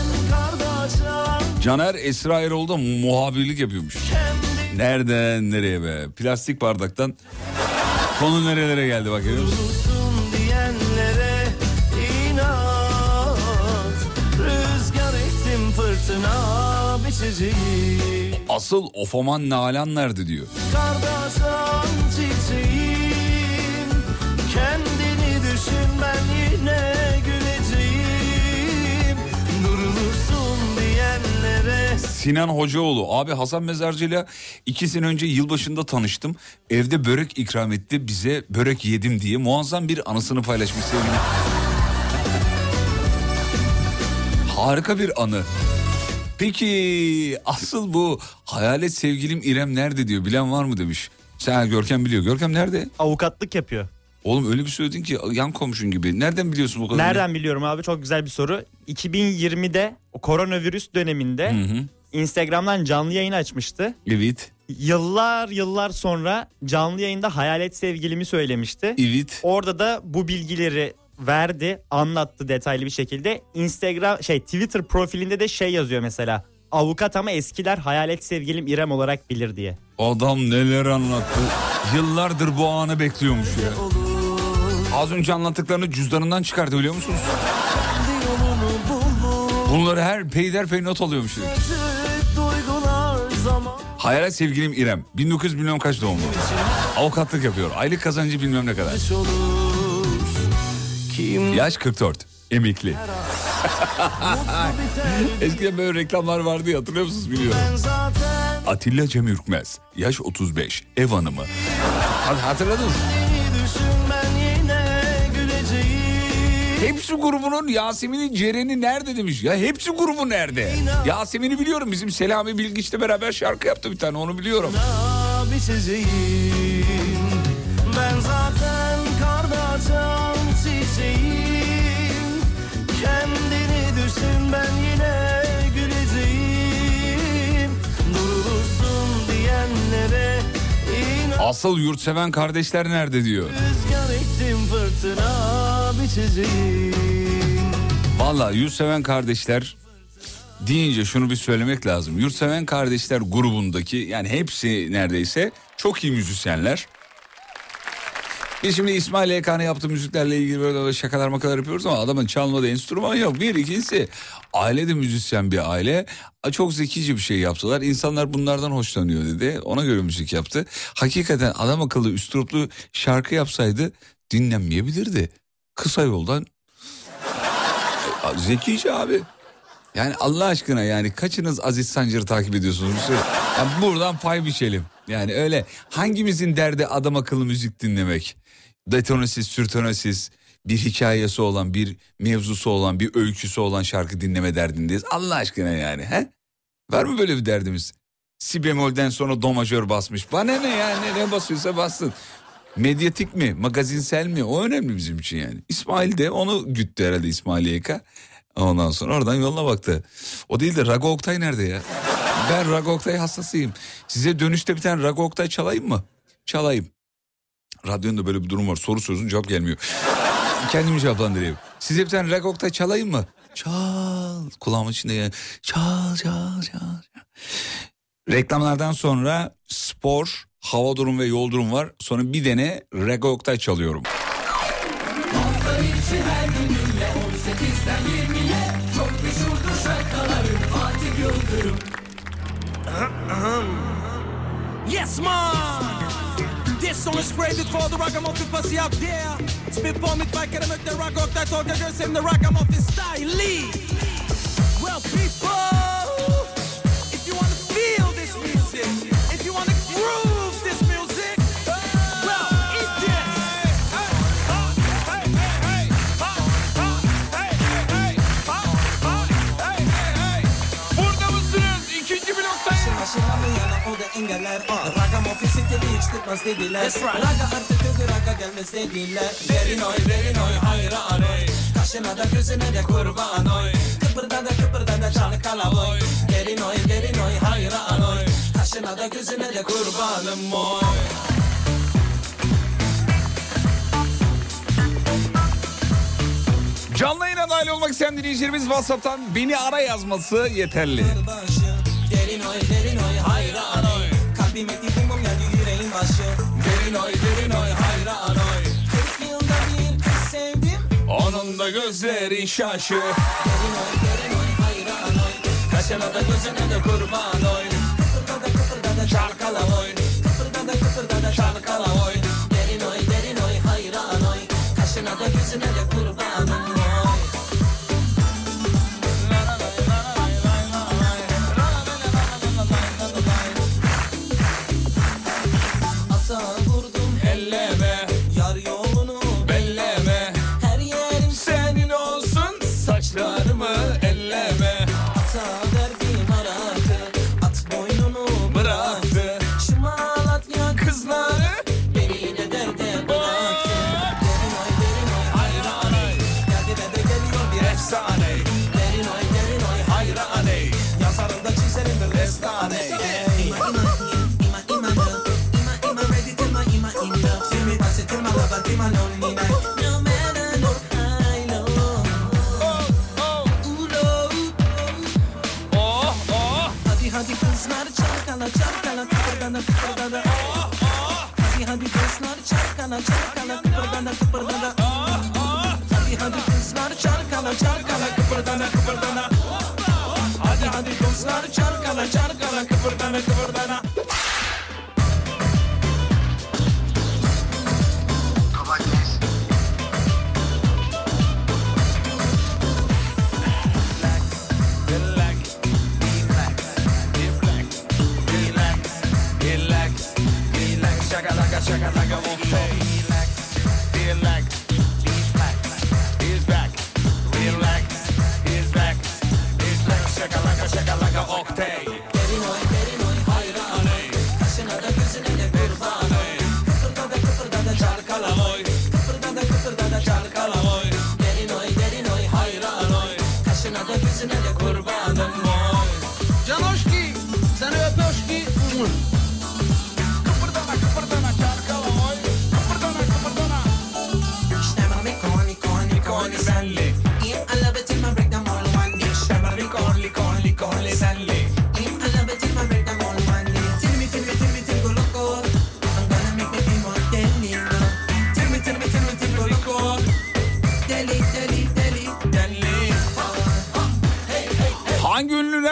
Caner Esra Erol'da muhabirlik yapıyormuş. Nereden nereye be? Plastik bardaktan konu nerelere geldi bak görüyor musun? Diyenlere inat. Rüzgar ettim fırtına biçeceğim. Asıl Ofaman Nalan nerede diyor. Kardeşim çiçeğim. Kendini düşün ben yine güleceğim. Durulursun diyenlere. Sinan Hocaoğlu abi Hasan Mezarcı'yla 2 sene önce yılbaşında tanıştım. Evde börek ikram etti bize börek yedim diye muazzam bir anısını paylaşmış sevgili. Harika bir anı. Peki asıl bu hayalet sevgilim İrem nerede diyor bilen var mı demiş. Sen Görkem biliyor. Görkem nerede? Avukatlık yapıyor. Oğlum öyle bir söyledin ki yan komşun gibi. Nereden biliyorsun bu kadar? Nereden biliyorum abi çok güzel bir soru. 2020'de o koronavirüs döneminde Instagram'dan canlı yayın açmıştı. Evet. Yıllar sonra canlı yayında hayalet sevgilimi söylemişti. Evet. Orada da bu bilgileri verdi, anlattı detaylı bir şekilde. Twitter profilinde de yazıyor mesela. Avukat ama eskiler hayalet sevgilim İrem olarak bilir diye. Adam neler anlattı. Yıllardır bu anı bekliyormuş ya. Az önce anlattıklarını cüzdanından çıkardı biliyor musunuz? Bunları her peyderpey not alıyormuş. Hayalet sevgilim İrem. 1900 bilmem kaç doğumlu. Avukatlık yapıyor. Aylık kazancı bilmem ne kadar. Yaş 44. Emekli. Eskiden böyle reklamlar vardı ya hatırlıyor musunuz biliyorum. Atilla Cem Ürkmez. Yaş 35. Ev hanımı. Hatırladınız mı? Hepsi grubunun Yasemin'in Ceren'i nerede demiş. Ya hepsi grubu nerede? Yasemin'i biliyorum. Bizim Selami Bilgiç'le beraber şarkı yaptı bir tane onu biliyorum. Ben zaten kardeşim çiçeğim. Kendini düşün ben yine güleceğim. Durursun diyenlere inan. Asıl yurtseven kardeşler nerede diyor. Rüzgar ettim fırtına biçeceğim. Vallahi yurtseven kardeşler deyince şunu bir söylemek lazım. Yurtseven kardeşler grubundaki yani hepsi neredeyse çok iyi müzisyenler. Biz şimdi İsmail YK'nın yaptığı müziklerle ilgili böyle şakalar makalar yapıyoruz ama adamın çalmadığı enstrüman yok. Bir, ikincisi aile de müzisyen bir aile. Çok zekice bir şey yaptılar. İnsanlar bunlardan hoşlanıyor dedi. Ona göre müzik yaptı. Hakikaten adam akıllı üsluplu şarkı yapsaydı dinlenmeyebilirdi. Kısa yoldan zekice abi. Yani Allah aşkına yani kaçınız Aziz Sancar'ı takip ediyorsunuz? Yani buradan pay biçelim. Yani öyle hangimizin derdi adam akıllı müzik dinlemek? Detonesiz, sürtonesiz, bir hikayesi olan, bir mevzusu olan, bir öyküsü olan şarkı dinleme derdindeyiz. Allah aşkına yani. He? Var mı böyle bir derdimiz? Si bemolden sonra do majör basmış. Bana ne yani, ne basıyorsa bassın. Medyatik mi, magazinsel mi? O önemli bizim için yani. İsmail de onu güttü herhalde, İsmail YK. Ondan sonra oradan yoluna baktı. O değil de Rago Oktay nerede ya? Ben Rago Oktay hastasıyım. Size dönüşte bir tane Rago Oktay çalayım mı? Çalayım. Radyonda böyle bir durum var. Soru sözün cevap gelmiyor. Kendimi cevaplandırayım. Size bir tane Rago Oktay çalayım mı? Çal. Kulağımın içinde yani. Çal. Reklamlardan sonra spor, hava durum ve yol durum var. Sonra bir dene Rago Oktay çalıyorum. Hafta içi her gününle 18'den 20'ye çok meşhurdur şarkıların Fatih Yıldırım. Yes, man! This song is created for the ragamuffin pussy out there. Spit for me, back at him at the rock off that talk, girls in the ragamuffin style. Well, people, if you want to feel this music, if you want to groove this music, well, eat this. Burada mısınız? İkinci bloktayım. Aşılamayana o da engeller. Ragamuffin siteli hiç tutmaz dediler. Raga artık ödü raga gelmez dediler. Verin oy hayra anoy. Kaşına da gözüne de kurban oy. Kıpırda da çalkala oy. Verin oy hayra anoy. Kaşına da gözüne de kurbanım oy. Canlı yayına dahil olmak isteyen dinleyicilerimiz WhatsApp'tan beni ara yazması yeterli. Derin oy hayra anoy. Kalbim eti bumum geldi yüreğim başı. Derin oy hayra anoy. 40 yılda bir kız sevdim. Onun da gözleri şaşı. Derin oy hayra anoy. Kaşına da gözüne de kurban oy. Kıpırda da çalkala oy. Kıpırda da çalkala oy. Derin oy hayra anoy. Kaşına da gözüne de kurbanım oy. Hadi kızlar çalkala kıpırdana. Hadi kızlar çalkala kıpırdana. Hadi kızlar çalkala kıpırdana. Hadi kızlar çalkala kıpırdana. Shaka like a Oktay. Relax, he's back. Relax, he's back. Shaka like a Oktay. Derin oy hayra anoy. Kaşına da gözüne de kurban oy. Kıpırda da çalkala oy. Kıpırda da çalkala oy. Derin oy hayra anoy. Kaşına da gözüne de kurbanım oy. Canoşki, seni öpöşki.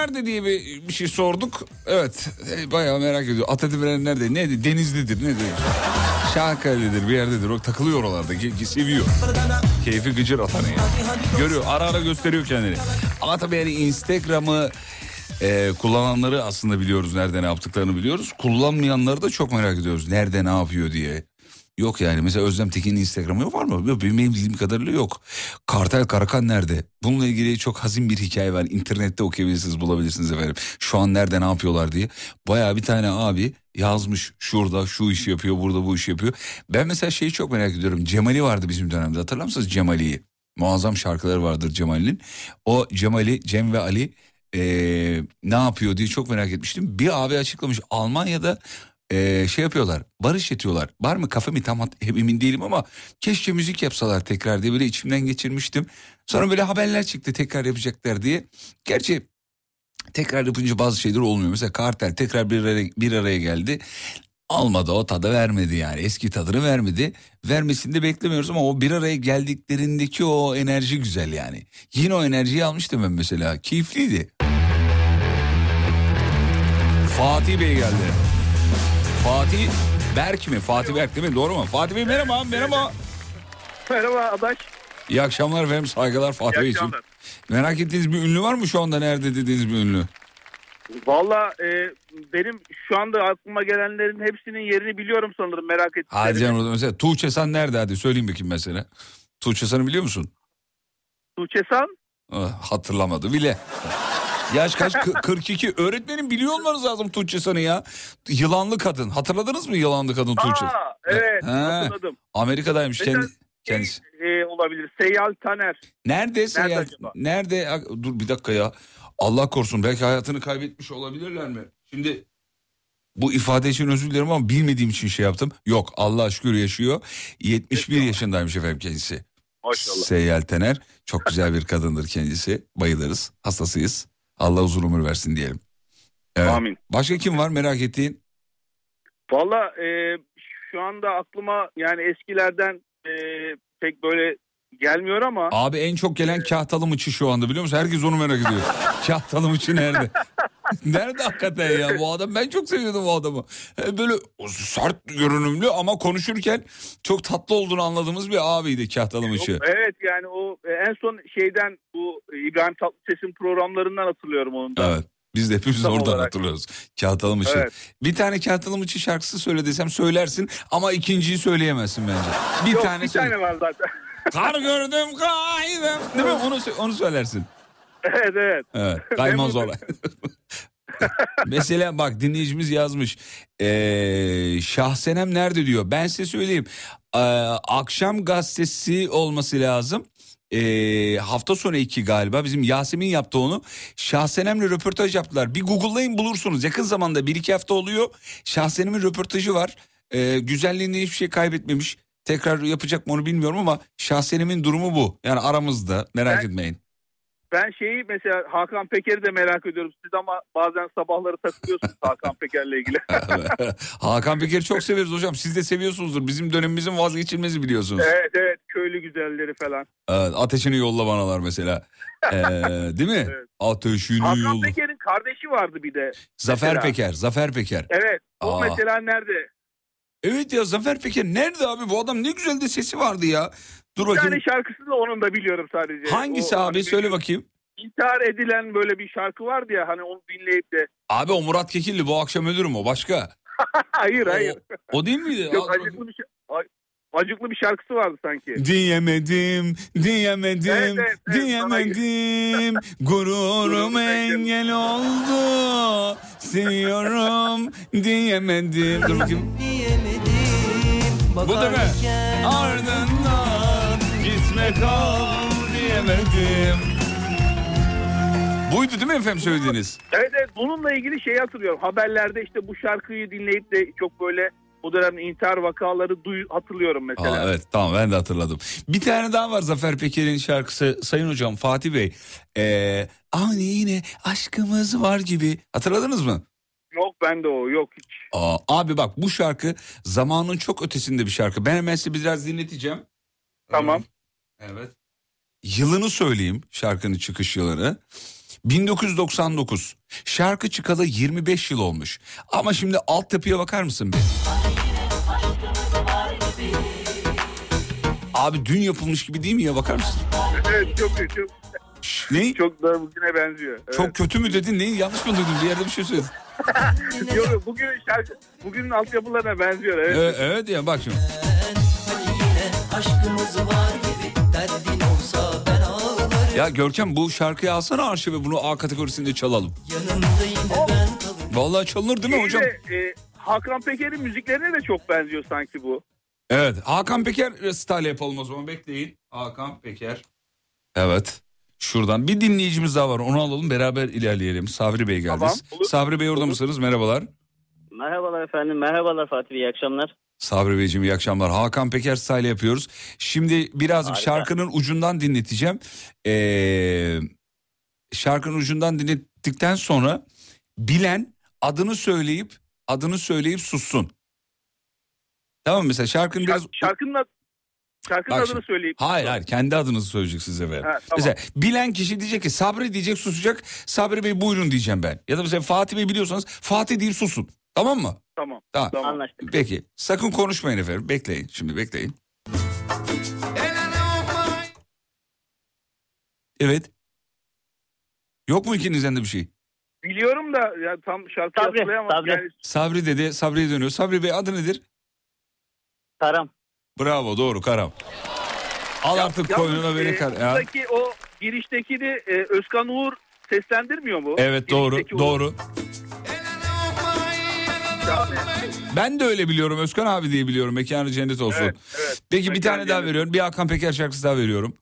nerede diye bir şey sorduk. Evet bayağı merak ediyor. Atatürk nerede? Ne? Denizlidir. Ne diyor? Şarkı'dadır bir yerdedir. O takılıyor oralarda. Seviyor. Keyfi gıcır atanı yani. Görüyor. Ara ara gösteriyor kendini. Ama tabii yani Instagram'ı kullananları aslında biliyoruz. Nerede ne yaptıklarını biliyoruz. Kullanmayanları da çok merak ediyoruz. Nerede ne yapıyor diye. Yok yani mesela Özlem Tekin'in Instagram'ı yok var mı? Yok, benim bildiğim kadarıyla yok. Kartal Karakan nerede? Bununla ilgili çok hazin bir hikaye var. İnternette okuyabilirsiniz, bulabilirsiniz efendim. Şu an nerede ne yapıyorlar diye. Bayağı bir tane abi yazmış, şurada şu işi yapıyor, burada bu işi yapıyor. Ben mesela şeyi çok merak ediyorum. Cemali vardı bizim dönemde, hatırlar mısınız Cemali'yi? Muazzam şarkıları vardır Cemali'nin. O Cemali, Cem ve Ali ne yapıyor diye çok merak etmiştim. Bir abi açıklamış, Almanya'da şey yapıyorlar, barış yetiyorlar. Var mı kafe mi tam emin değilim ama keşke müzik yapsalar tekrar diye böyle içimden geçirmiştim. Sonra böyle haberler çıktı tekrar yapacaklar diye. Gerçi tekrar yapınca bazı şeyler olmuyor. Mesela Kartel tekrar bir araya geldi. Almadı, o tadı vermedi yani, eski tadını vermedi. Vermesini de beklemiyoruz ama o bir araya geldiklerindeki o enerji güzel yani. Yine o enerjiyi almıştım ben mesela, keyifliydi. Fatih Bey geldi. Fatih Berk mi? Fatih Berk değil mi? Doğru mu? Fatih Bey merhaba. Merhaba. Merhaba Adaş. İyi akşamlar efendim. Saygılar Fatih Bey için. Merak ettiğiniz bir ünlü var mı şu anda? Nerede dediğiniz bir ünlü? Valla benim şu anda aklıma gelenlerin hepsinin yerini biliyorum sanırım, merak ettim. Hadi canım, mesela Tuğçe San nerede, hadi söyleyeyim bakayım mesela. Tuğçe San'ı biliyor musun? Tuğçe San? Hatırlamadı bile. Yaş kaç? 42. Öğretmenim biliyor olmanız lazım Tuğçe San'ı ya. Yılanlı kadın. Hatırladınız mı Yılanlı kadın Tuğçe? Evet hatırladım. Amerika'daymış kendisi. Olabilir. Seyyal Taner. Nerede Seyyal? acaba? Nerede? Dur bir dakika ya. Allah korusun, belki hayatını kaybetmiş olabilirler mi? Şimdi bu ifade için özür dilerim ama bilmediğim için şey yaptım. Yok, Allah'a şükür yaşıyor. 71 yaşındaymış efendim kendisi. Maşallah. Seyyal Taner. Çok güzel bir kadındır kendisi. Bayılırız. Hastasıyız. Allah uzun ömür versin diyelim. Evet. Amin. Başka kim var merak ettiğin? Valla şu anda aklıma yani eskilerden pek böyle gelmiyor ama. Abi en çok gelen Kahtalı Mıçı şu anda, biliyor musun? Herkes onu merak ediyor. Kahtalı Mıçı nerede? Nerede hakikaten ya bu adam? Ben çok seviyordum o adamı. Böyle sert görünümlü ama konuşurken çok tatlı olduğunu anladığımız bir abiydi Kahtalı Mıçı. Evet yani o en son şeyden, bu İbrahim Tatlıses'in programlarından hatırlıyorum onu da. Evet. Biz de hepimiz Tam oradan olarak hatırlıyoruz. Kahtalı Mıçı. Evet. Bir tane Kahtalı Mıçı şarkısı söyle desem söylersin ama ikinciyi söyleyemezsin bence. Yok, tane bir tane var zaten. Kar gördüm kaydım. Değil mi? Onu söylersin. Evet. Evet. Kaymaz olay. Mesela bak dinleyicimiz yazmış. Şahsenem nerede diyor. Ben size söyleyeyim. Akşam gazetesi olması lazım. Hafta sonu 2 galiba, bizim Yasemin yaptı onu. Şahsenem'le röportaj yaptılar. Bir Google'layın bulursunuz. Yakın zamanda 1-2 hafta oluyor. Şahsenem'in röportajı var. Güzelliğinden hiçbir şey kaybetmemiş. Tekrar yapacak mı onu bilmiyorum ama Şahsenem'in durumu bu. Yani aramızda, merak etmeyin. Ben şeyi mesela Hakan Peker'i de merak ediyorum. Siz ama bazen sabahları takılıyorsunuz Hakan Peker'le ilgili. Hakan Peker'i çok severiz hocam. Siz de seviyorsunuzdur. Bizim dönemimizin vazgeçilmezi biliyorsunuz. Evet. Köylü güzelleri falan. Evet, ateşini yolla banalar mesela. Değil mi? Evet. Ateşini Hakan yolla. Peker'in kardeşi vardı bir de. Zafer mesela. Zafer Peker. Evet. O Aa. mesela nerede? Evet ya, Zafer Peker nerede abi? Bu adam ne güzel de sesi vardı ya. Dur Bir bakayım. tane şarkısını da onun da biliyorum sadece. Hangisi O, abi? hani Söyle bakayım. İntihar edilen böyle bir şarkı vardı ya, hani onu dinleyip de. Abi o Murat Kekilli, bu akşam ölürüm, o başka. hayır. O değil miydi? Yok, acıklı bir şarkısı vardı sanki. Diyemedim. Evet, Diyemedim. Gururum engel oldu. Seviyorum diyemedim. Dur bakayım. Bu değil mi? Ardından gitme kal diyemedim. Buydu değil mi efendim söylediğiniz? Evet, bununla ilgili şeyi hatırlıyorum. Haberlerde işte bu şarkıyı dinleyip de çok böyle bu dönem intihar vakaları hatırlıyorum mesela. Evet tamam, ben de hatırladım. Bir tane daha var Zafer Peker'in şarkısı Sayın Hocam, Fatih Bey. Hani yine aşkımız var gibi. Hatırladınız mı? Yok, bende o yok hiç. Abi bak, bu şarkı zamanın çok ötesinde bir şarkı. Ben hemen size biraz dinleteceğim. Tamam. Evet. Yılını söyleyeyim, şarkının çıkış yılını. 1999. Şarkı çıkalı 25 yıl olmuş. Ama şimdi altyapıya bakar mısın bir? Abi dün yapılmış gibi değil mi ya, bakar mısın? Evet, çok Ne? çok da bugüne benziyor. Evet. Çok kötü mü dedin? Ne? Yanlış mı duydum? Bir yerde bir şey söyledin. Yok, bugünün altyapılarına benziyor. Evet. Evet ya, bak şimdi. Hani yine aşkımız var gibi derdin olsa ben ağlarım. Ya Görkem, bu şarkıyı alsana arşive, bunu A kategorisinde çalalım. Yanımda yine ben kalırım. Vallahi çalınır değil mi hocam? Hakan Peker'in müziklerine de çok benziyor sanki bu. Evet, Hakan Peker style yapalım o zaman, bekleyin. Hakan Peker. Evet. Şuradan bir dinleyicimiz daha var, onu alalım, beraber ilerleyelim. Sabri Bey geldi. Tamam, olur. Sabri Bey orada mısınız? Merhabalar. Merhabalar efendim. Merhabalar Fatih Bey. İyi akşamlar. Sabri Beyciğim iyi akşamlar. Hakan Peker style yapıyoruz. Şimdi birazcık Harika. şarkının ucundan dinleteceğim. Şarkının ucundan dinlettikten sonra bilen adını söyleyip sussun. Tamam mı? Mesela şarkının biraz... Şarkının Bak adını şimdi. söyleyeyim. Hayır, kendi adınızı söyleyeceksiniz efendim. Ha, tamam. Mesela bilen kişi diyecek ki Sabri diyecek, susacak. Sabri Bey buyurun diyeceğim ben. Ya da mesela Fatih Bey biliyorsanız Fatih deyip susun. Tamam mı? Tamam. Tamam. Anlaştık. Peki. Sakın konuşmayın efendim. Bekleyin. Şimdi bekleyin. Evet. Yok mu ikinizden de bir şey? Biliyorum da ya tam şarkıyı Sabri, hatırlayamadım. Sabri. Yani Sabri dedi. Sabri'ye dönüyor. Sabri Bey adı nedir? Karam. Bravo, doğru, Karam. Al artık koynuna beni kar. Ya. Buradaki o giriştekini Özkan Uğur seslendirmiyor mu? Evet, doğru, Girişteki Uğur. doğru. Ben de öyle biliyorum, Özkan abi diye biliyorum. Mekanı cennet olsun. Evet, evet. Peki bir Mekanı tane daha cennet. veriyorum. Bir Hakan Peker şarkısı daha veriyorum.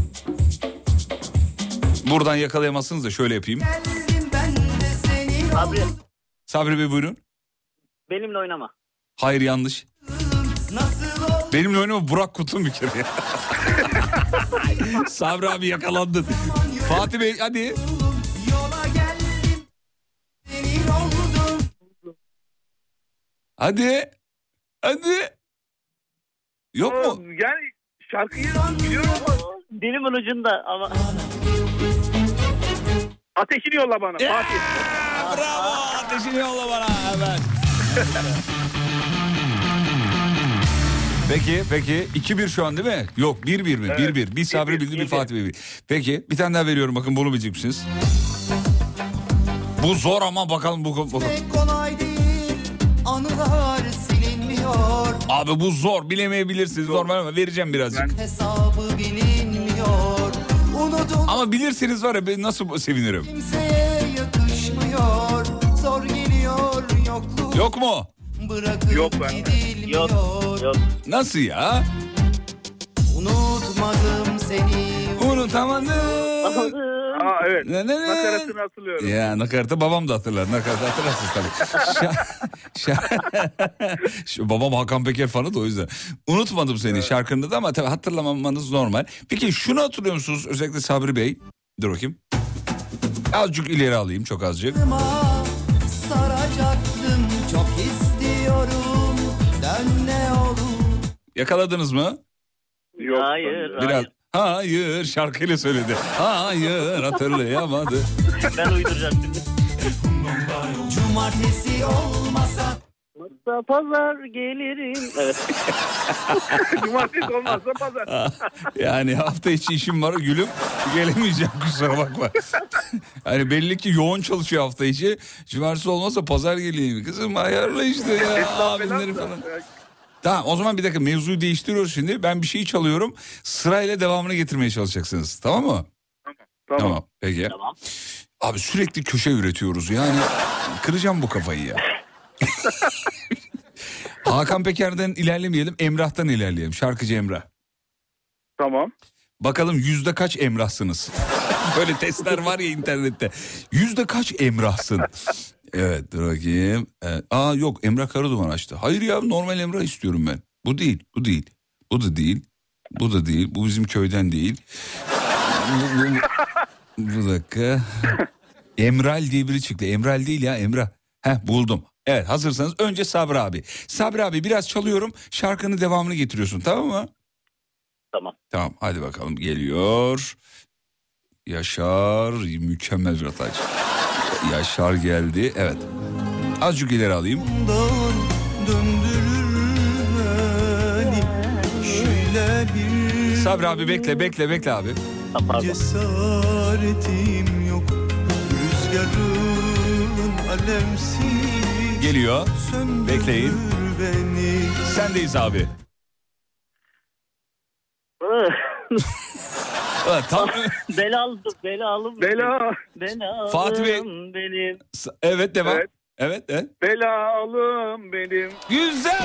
Buradan yakalayamazsınız da şöyle yapayım. Sabri. Sabri Bey buyurun. Benimle oynama. Hayır, yanlış. Benimle oynama, Burak Kut'un bir kere. Sabri abi yakalandın. Fatih Bey hadi. Hadi. Hadi. Yok mu? Yani şarkıyı biliyorum ama Dilimin ucunda ama. ateşini yolla bana Fatih. Bravo. Ateşini yolla bana. Evet. Peki 2-1 şu an değil mi? Yok 1-1 mi? Evet. 1-1. Bir Sabri 1-1, bildi, bir 1-1. Fatih Bey bildi. Peki bir tane daha veriyorum, bakın bunu bilecek misiniz? Bu zor ama bakalım bu. Kolay değil, anılar silinmiyor, Abi bu zor, bilemeyebilirsiniz. Normal ama vereceğim birazcık. hesabı bilinmiyor. Unutun Ama bilirseniz var ya, ben nasıl sevinirim. kimseye yakışmıyor, zor geliyor yokluk. Yok mu? Bırakıp Yok ben. gidilmiyor. Yok. Nasıl ya? Unutmadım seni. Unutamadım. Aa evet. Ne? Nakaratını hatırlıyorum. Ya nakaratı babam da hatırlar. Nakaratı hatırlarsınız tabii. Babam Hakan Peker fanı da o yüzden. Unutmadım seni şarkında da ama tabii hatırlamamanız normal. Peki şunu hatırlıyor musunuz özellikle Sabri Bey? Dur bakayım. Azıcık ileri alayım, çok azıcık. Saracaktım, çok istiyorum. Dön ne olur. Yakaladınız mı? Yok. Hayır. Biraz. Hayır şarkıyla söyledi. Hayır hatırlayamadı. Ben uyduracağım şimdi. Cumartesi olmasa. Pazar gelirim. Evet. Cumartesi olmazsa pazar. Yani hafta içi işim var gülüm, gelemeyeceğim, kusura bakma. Hani belli ki yoğun çalışıyor hafta içi. Cumartesi olmazsa pazar geleyim. Kızım ayarla işte ya. Abinleri falan. Tamam, o zaman bir dakika, mevzuyu değiştiriyoruz şimdi. Ben bir şeyi çalıyorum. Sırayla devamını getirmeye çalışacaksınız. Tamam mı? Tamam. Peki. Tamam. Abi sürekli köşe üretiyoruz. Yani kıracağım bu kafayı ya. Hakan Peker'den ilerlemeyelim. Emrah'tan ilerleyelim. Şarkıcı Emrah. Tamam. Bakalım yüzde kaç Emrah'sınız? Böyle testler var ya internette. Yüzde kaç Emrah'sın? Evet, dur bakayım. Evet. Aa yok, Emrah Karaduman açtı. Hayır ya, normal Emrah istiyorum ben. Bu değil. Bu da değil. Bu bizim köyden değil. Bu dakika. Emral diye biri çıktı. Emral değil ya, Emrah. Buldum. Evet, hazırsanız önce Sabri abi. Sabri abi biraz çalıyorum. Şarkının devamını getiriyorsun, tamam mı? Tamam. Tamam, hadi bakalım, geliyor. Yaşar mükemmel bir hataydı. Yaşar geldi. Evet. Azıcık ileri alayım. Sabri abi bekle abi. Cesaretim yok. Rüzgarın alemsiz. Geliyor. Bekleyin. Beni. Sendeyiz abi. Evet, tam... Bela. Fatih Bey. Benim. Evet devam. Evet. Evet. Belalım benim. Güzel.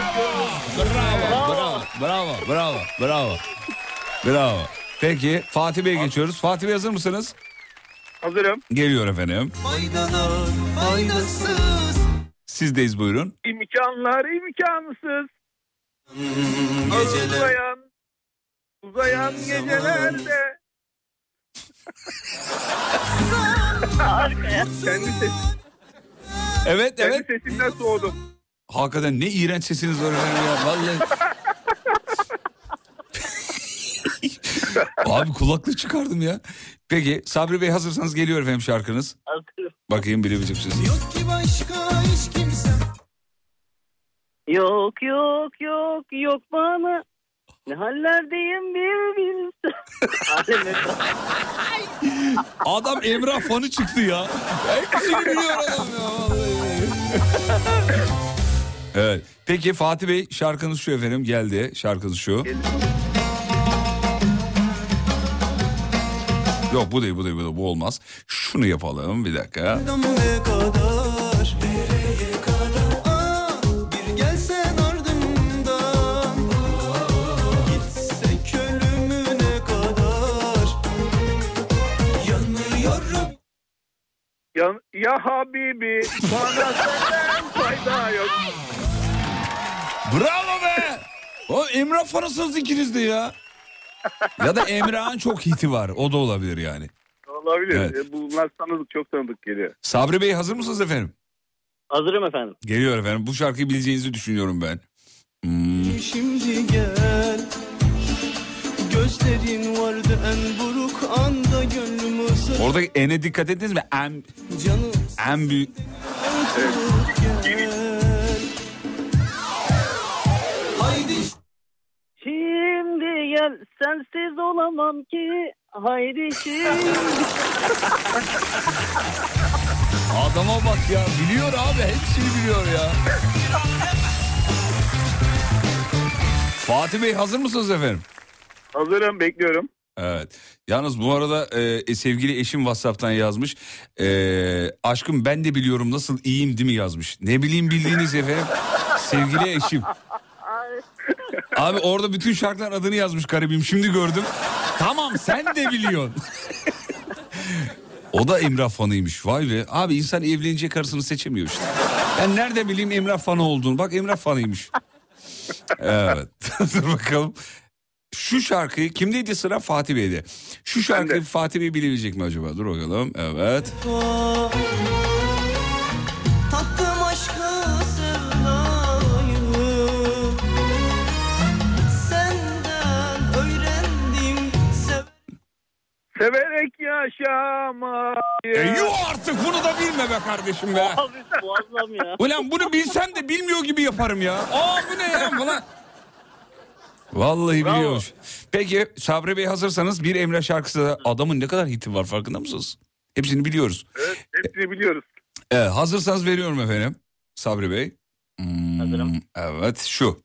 Bravo. Peki Fatih Bey'e geçiyoruz. Fatih Bey hazır mısınız? Hazırım. Geliyor efendim. Faydalar faydasız. Sizdeyiz buyurun. İmkanlar imkansız. Geceler. Uzayan gecelerde. Kendi Evet. sesinden soğudum. Hakikaten ne iğrenç sesiniz var efendim ya. Vallahi. Abi kulaklık çıkardım ya. Peki Sabri Bey hazırsanız geliyor efendim şarkınız. Hazırım. Bakayım bilebilecek misiniz? Yok ki başka hiç kimse. Yok bana. Ne hallerdeyim bir bilsen. Adam Emrah fanı çıktı ya. Hepsini biliyor adam ya. Evet. Peki Fatih Bey şarkınız şu efendim geldi. Şarkınız şu. Yok bu değil bu olmaz. Şunu yapalım bir dakika. Ne kadar, nereye kadar? Bir gelsen ardımdan. Gitsek ölümüne kadar. Yanıyorum. Ya Habibi bana senden fayda yok. Bravo be. O Emrah fanısınız ikiniz de ya. Ya da Emrah'ın çok hiti var. O da olabilir yani. Olabilir. Evet. Bunlar çok tanıdık geliyor. Sabri Bey hazır mısınız efendim? Hazırım efendim. Geliyor efendim. Bu şarkıyı bileceğinizi düşünüyorum ben. Şimdi gel. Gözlerin vardı en buruk anda gönlümü ısır. Orada ene dikkat ettiniz mi? Canım En büyük. gel. Haydi. Şimdi gel sensiz olamam ki. Haydi şimdi. Adama bak ya. Biliyor abi. Hepsini biliyor ya. Fatih Bey hazır mısınız efendim? Hazırım, bekliyorum. Evet. Yalnız bu arada sevgili eşim WhatsApp'tan yazmış. Aşkım ben de biliyorum nasıl iyiyim değil mi yazmış. Ne bileyim bildiğiniz efendim. Sevgili eşim. Abi orada bütün şarkıların adını yazmış garibim. Şimdi gördüm. Tamam sen de biliyorsun. O da Emrah fanıymış. Vay be. Abi insan evlenecek karısını seçemiyor işte. Ben nerede bileyim Emrah fanı olduğunu. Bak Emrah fanıymış. Evet. Dur bakalım. Şu şarkıyı kimdeydi sıra? Fatih Bey'de. Şu şarkıyı Fatih Bey bilebilecek mi acaba? Dur bakalım. Evet. Tattım aşkı sevdayı. Senden öğrendim. Severek yaşamayı. Yuh artık bunu da bilme be kardeşim be. Abi muazzam ya. Ulan bunu bilsem de bilmiyor gibi yaparım ya. Bu ne ya falan. Vallahi Bravo. biliyormuş. Peki Sabri Bey hazırsanız bir Emrah şarkısı da adamın ne kadar hiti var farkında mısınız? Hepsini biliyoruz. Evet, hepsini biliyoruz. Evet, hazırsanız veriyorum efendim. Sabri Bey. Hazırım. Evet şu.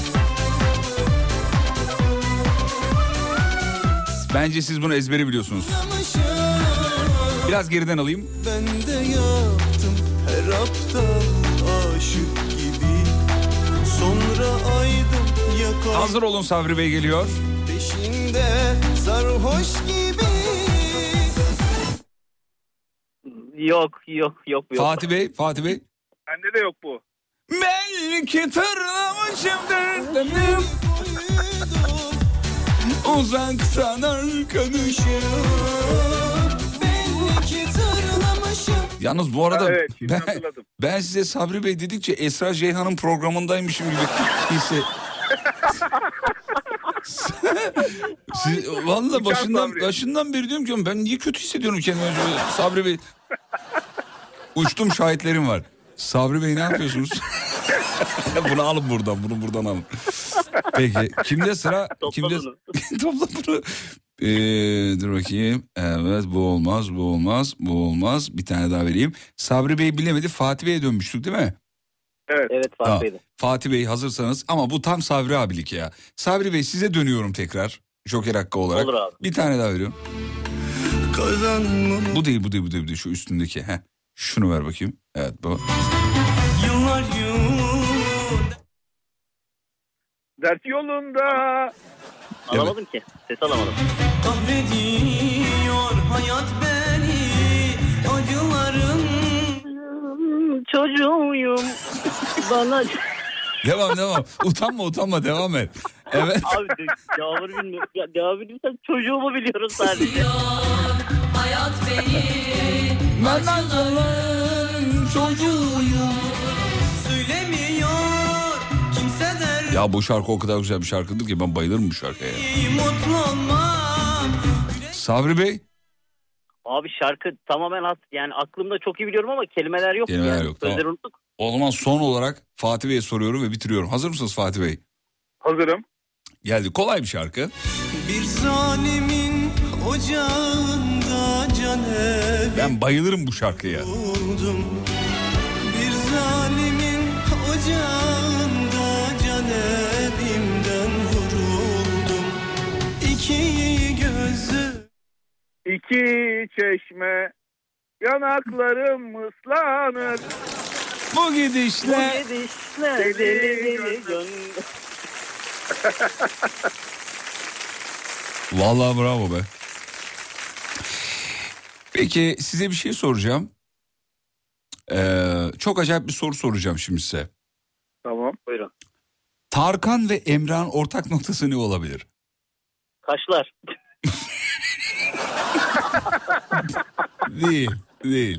Bence siz bunu ezbere biliyorsunuz. Biraz geriden alayım. Ben de yaptım her aptal aşık gibi. Sonra aydım yakar. Hazır olun Sabri Bey geliyor. Peşinde sarhoş gibi. Yok. Fatih Bey. Bende de yok bu. Belki tırlamışımdır. Uzaktan arkadaşım. Belki tırlamışım. Yalnız bu arada Evet, şimdi hatırladım. ben size Sabri Bey dedikçe Esra Ceyhan'ın programındaymışım gibi Valla başından beri diyorum ki ben niye kötü hissediyorum kendimi. Sabri Bey. Uçtum, şahitlerim var. Sabri Bey ne yapıyorsunuz? Bunu alın buradan, bunu buradan alın. Peki kimde sıra? Topla bunu. Topla bunu. Dur bakayım. Evet, bu olmaz. Bir tane daha vereyim. Sabri Bey bilemedi, Fatih Bey'e dönmüştük değil mi? Evet Fatih Bey'de. Fatih Bey hazırsanız, ama bu tam Sabri abilik ya. Sabri Bey size dönüyorum tekrar. Joker hakkı olarak. Olur abi. Bir tane daha veriyorum. Bu değil şu üstündeki. Heh. Şunu ver bakayım. Evet bu. Dert yolunda. Alamadım ki. Ses alamadım. Kahrediyor hayat beni, acılarım. Çocuğuyum. Bana... Devam. Utanma devam et. Evet. Abi cevabını bilmiyorum. Ya, cevabı bilmiyorum. Çocuğumu biliyorum sadece. Hayat benim acılarım çocuğuyum. Söylemiyor kimseden. Ya bu şarkı o kadar güzel bir şarkıdır ki ben bayılırım bu şarkıya. Mutlu olmam. Sabri Bey. Abi şarkı tamamen yani aklımda çok iyi biliyorum ama kelimeler yok. Kelimeler yani. yok, Sözleri tamam. unuttuk. O zaman son olarak Fatih Bey'e soruyorum ve bitiriyorum. Hazır mısınız Fatih Bey? Hazırım. Geldi, kolay bir şarkı. Bir zalimin ocağında can evi Ben bayılırım bu şarkıya. buldum. Bir zalimin ocağında can evimden vuruldum. İki gözü. İki çeşme, yanaklarım ıslanır. Bu gidişle. Deli gönlüm. Vallahi bravo be. Peki size bir şey soracağım. Çok acayip bir soru soracağım şimdi size. Tamam. Buyurun. Tarkan ve Emrah'ın ortak noktası ne olabilir? Kaşlar. Değil.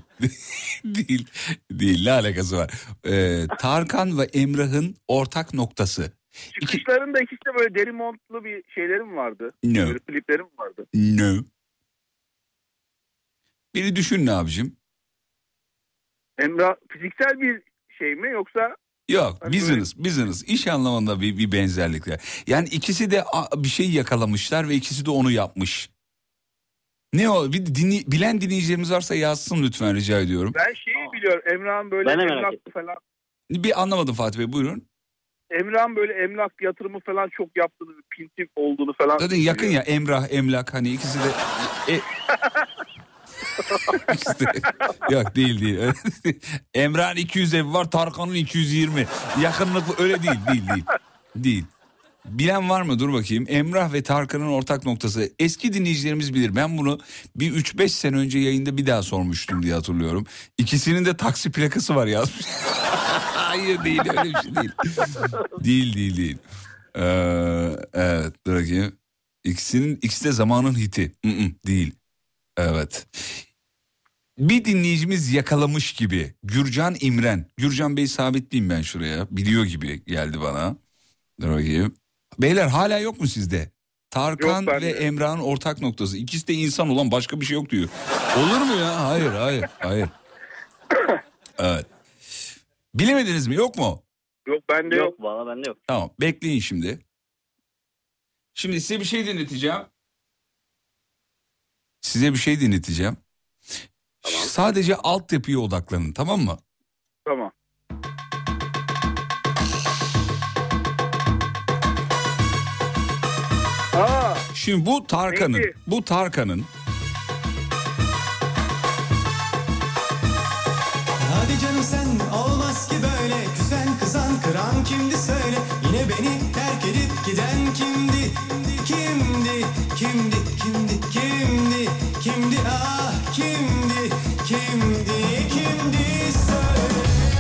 Ne alakası var? Tarkan ve Emrah'ın ortak noktası. Çıkışlarında ikisi de böyle deri montlu bir şeylerim vardı. No. Böyle kliplerim vardı. No. Biri düşün ne abicim? Emrah fiziksel bir şey mi yoksa? Yok, Hani business. İş anlamında bir benzerlikler. Yani ikisi de bir şey yakalamışlar ve ikisi de onu yapmış. Ne o? Bilen dinleyicilerimiz varsa yazsın lütfen, rica ediyorum. Ben şeyi biliyorum. Emrah'ın böyle emlak falan. Bir anlamadım Fatih Bey, buyurun. Emrah'ın böyle emlak yatırımı falan çok yaptığını, pinti olduğunu falan. Zaten yakın ya, Emrah, emlak, hani ikisi de... Yok değil. Emrah'ın 200 evi var, Tarkan'ın 220. Yakınlık öyle değil. Bilen var mı? Dur bakayım. Emrah ve Tarkan'ın ortak noktası. Eski dinleyicilerimiz bilir. Ben bunu bir 3-5 sene önce yayında bir daha sormuştum diye hatırlıyorum. İkisinin de taksi plakası var yazmış. Hayır değil, öyle bir şey değil. Değil. Evet, dur bakayım. İkisi de zamanın hiti. Değil. Evet. Bir dinleyicimiz yakalamış gibi. Gürcan İmren. Gürcan Bey sabitleyeyim ben şuraya. Biliyor gibi geldi bana. Dur bakayım. Beyler hala yok mu sizde? Tarkan ve Emrah'ın ortak noktası. İkisi de insan olan, başka bir şey yok diyor. Olur mu ya? Hayır. Evet. Bilemediniz mi? Yok mu? Yok bende yok. Valla bende yok. Tamam, bekleyin şimdi. Şimdi size bir şey dinleteceğim. Tamam. Sadece altyapıya odaklanın, tamam mı? Tamam. Şimdi bu Tarkan'ın Hadi canım sen olmaz ki böyle. Küsen kızan kıran kimdi söyle. Yine beni terk edip giden kimdi? Kimdi ah kimdi söyle.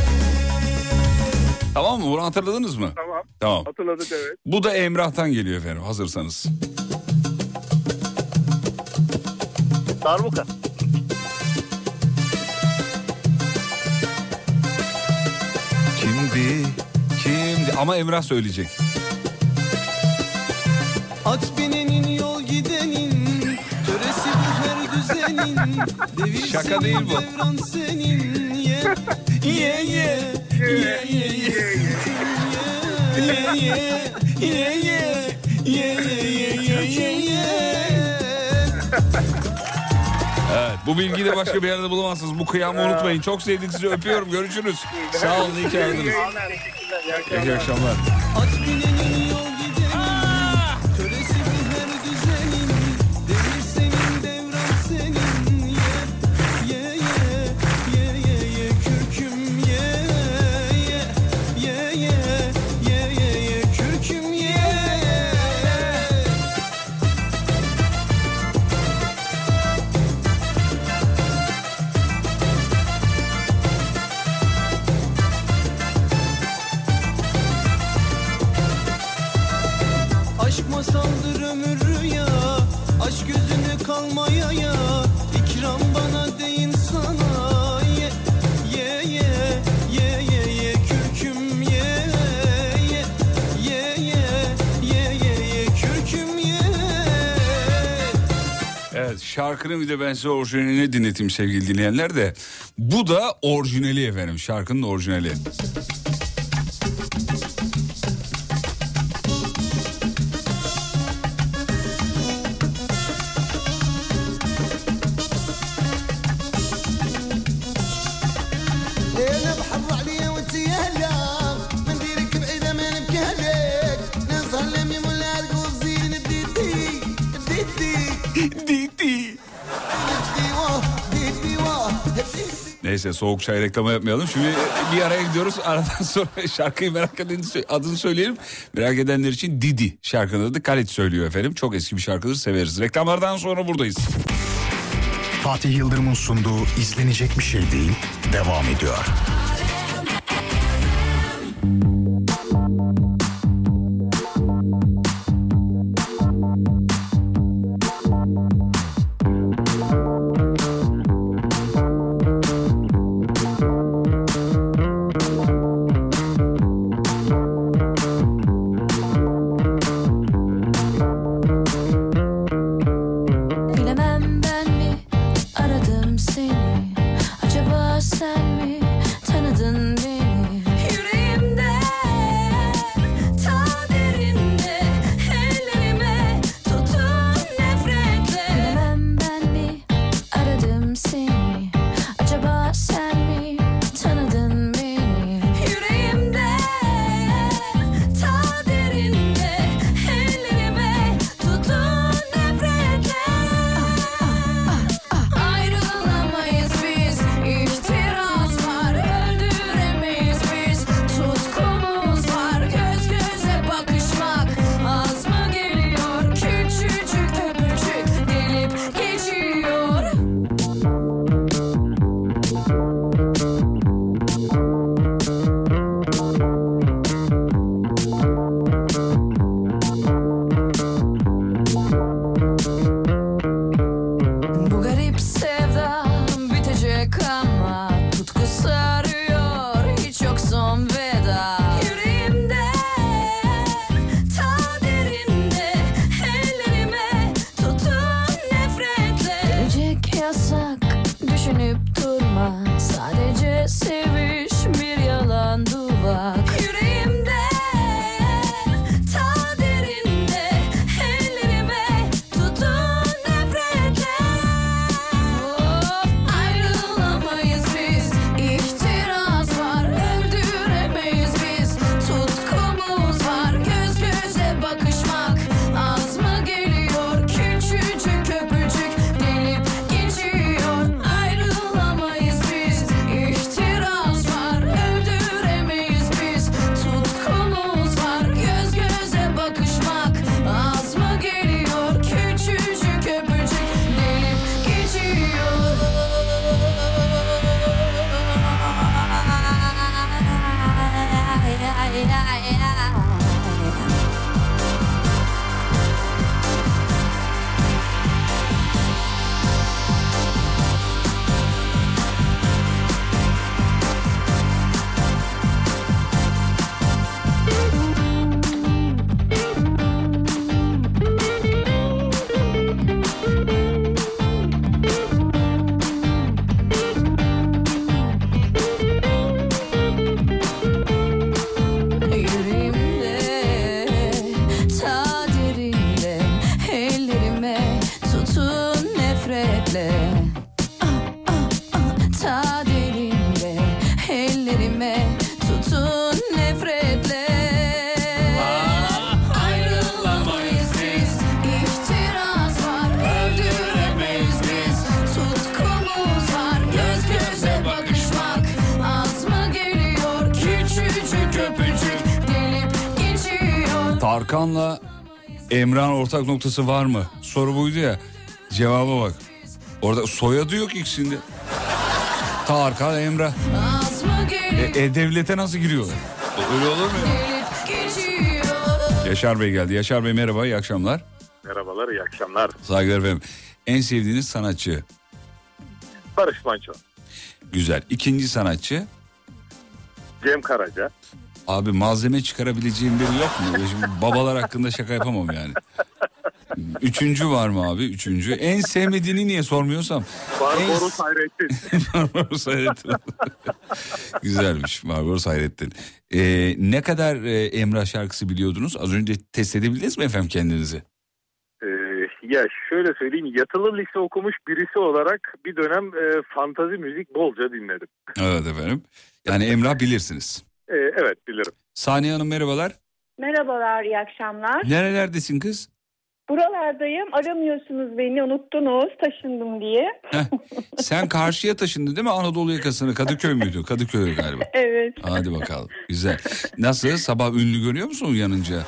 Tamam mı? Bunu hatırladınız mı? Tamam. Hatırladık, evet. Bu da Emrah'tan geliyor efendim, hazırsanız. Darbuka. Kimdi? Ama Emrah söyleyecek. At binenin yol gidenin, töresi bu her düzenin. Devir Şaka değil bu. devran senin. Ye ye ye ye ye. Evet, bu bilgiyi de başka bir yerde bulamazsınız. Bu kıyamı unutmayın. Çok sevdik sizi, öpüyorum. Görüşürüz. Sağ olun, iyi ki aradınız. İyi akşamlar. At binenin yol gidenin, töresi bu her düzenin. Devir senin devran senin. Ye ye ye ye ye kürküm ye ye ye ye ye ye kürküm ye. Aşk masaldır ömür rüya, aşk gözünü kalmaya ya. İkram bana deyin sana. Ye ye ye ye ye ye kürküm ye ye ye ye ye ye kürküm ye. Evet, şarkının bir de ben size orijinalini dinleteyim sevgili dinleyenler de. Bu da orijinali efendim, şarkının orijinali. انا بحب عليا وانت يهلا من ديرك بعيده ما نبكي عليك نسهر لمي ولا القوزين ديدي ديدي ديدي ديدي واه Neyse, soğuk çay reklamı yapmayalım. Şimdi bir araya gidiyoruz. Aradan sonra şarkıyı merak eden adını söyleyelim. Merak edenler için Didi şarkının adı. Khaled söylüyor efendim. Çok eski bir şarkıdır, severiz. Reklamlardan sonra buradayız. Fatih Yıldırım'ın sunduğu izlenecek bir şey değil devam ediyor. Bilemem ben mi aradım seni, acaba sen mi Tarkan'la Emrah'ın ortak noktası var mı? Soru buydu ya. Cevaba bak. Orada soyadı yok ikisinde. Tarkan, Emrah. Devlete nasıl giriyor? Öyle olur mu ya? Yaşar Bey geldi. Yaşar Bey merhaba, iyi akşamlar. Merhabalar, iyi akşamlar. Saygılar efendim. En sevdiğiniz sanatçı? Barış Manço. Güzel. İkinci sanatçı? Cem Karaca. Abi malzeme çıkarabileceğim biri yok mu? Şimdi babalar hakkında şaka yapamam yani. Üçüncü var mı abi? Üçüncü. En sevmediğini niye sormuyorsam? Barbaros Hayrettin. Barbaros Hayrettin. Güzelmiş Barbaros Hayrettin. Ne kadar Emrah şarkısı biliyordunuz? Az önce test edebildiniz mi efendim kendinizi? Ya şöyle söyleyeyim, yatılı lise okumuş birisi olarak bir dönem fantazi müzik bolca dinledim. Evet efendim. Yani Emrah bilirsiniz. Evet bilirim. Saniye Hanım merhabalar. Merhabalar, iyi akşamlar. Nerelerdesin kız? Buralardayım, aramıyorsunuz beni, unuttunuz, taşındım diye. Sen karşıya taşındın değil mi? Anadolu yakasını, Kadıköy müydü? Kadıköy galiba. Evet. Hadi bakalım, güzel. Nasıl, sabah ünlü görüyor musun uyanınca?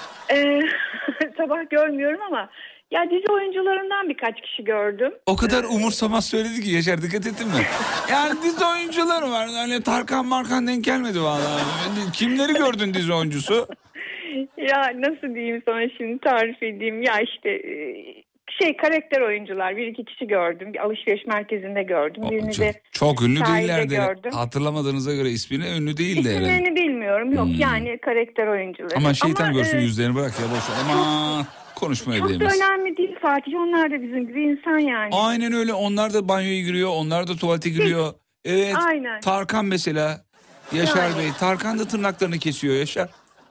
Sabah görmüyorum ama ya dizi oyuncularından birkaç kişi gördüm. O kadar umursamaz söyledi ki Yaşar, dikkat ettin mi? Yani dizi oyuncuları var. Hani Tarkan Markan denk gelmedi vallahi. Kimleri gördün dizi oyuncusu? Ya nasıl diyeyim sana şimdi, tarif edeyim. Ya işte karakter oyuncular, bir iki kişi gördüm. Bir alışveriş merkezinde gördüm. Birini de çok ünlü sahilde değillerdi. gördüm. Hatırlamadığınıza göre ismini ünlü değildi. İsimlerini bilmiyorum. Yok yani karakter oyuncuları. Ama şeytan görsün yüzlerini, bırak ya, boş ver. Aman konuşmaya çok değmez. da önemli değil Fatih. Onlar da bizim gibi insan yani. Aynen öyle. Onlar da banyoya giriyor. Onlar da tuvalete giriyor. Evet. Aynen. Tarkan mesela. Yaşar Bey. Tarkan da tırnaklarını kesiyor Yaşar.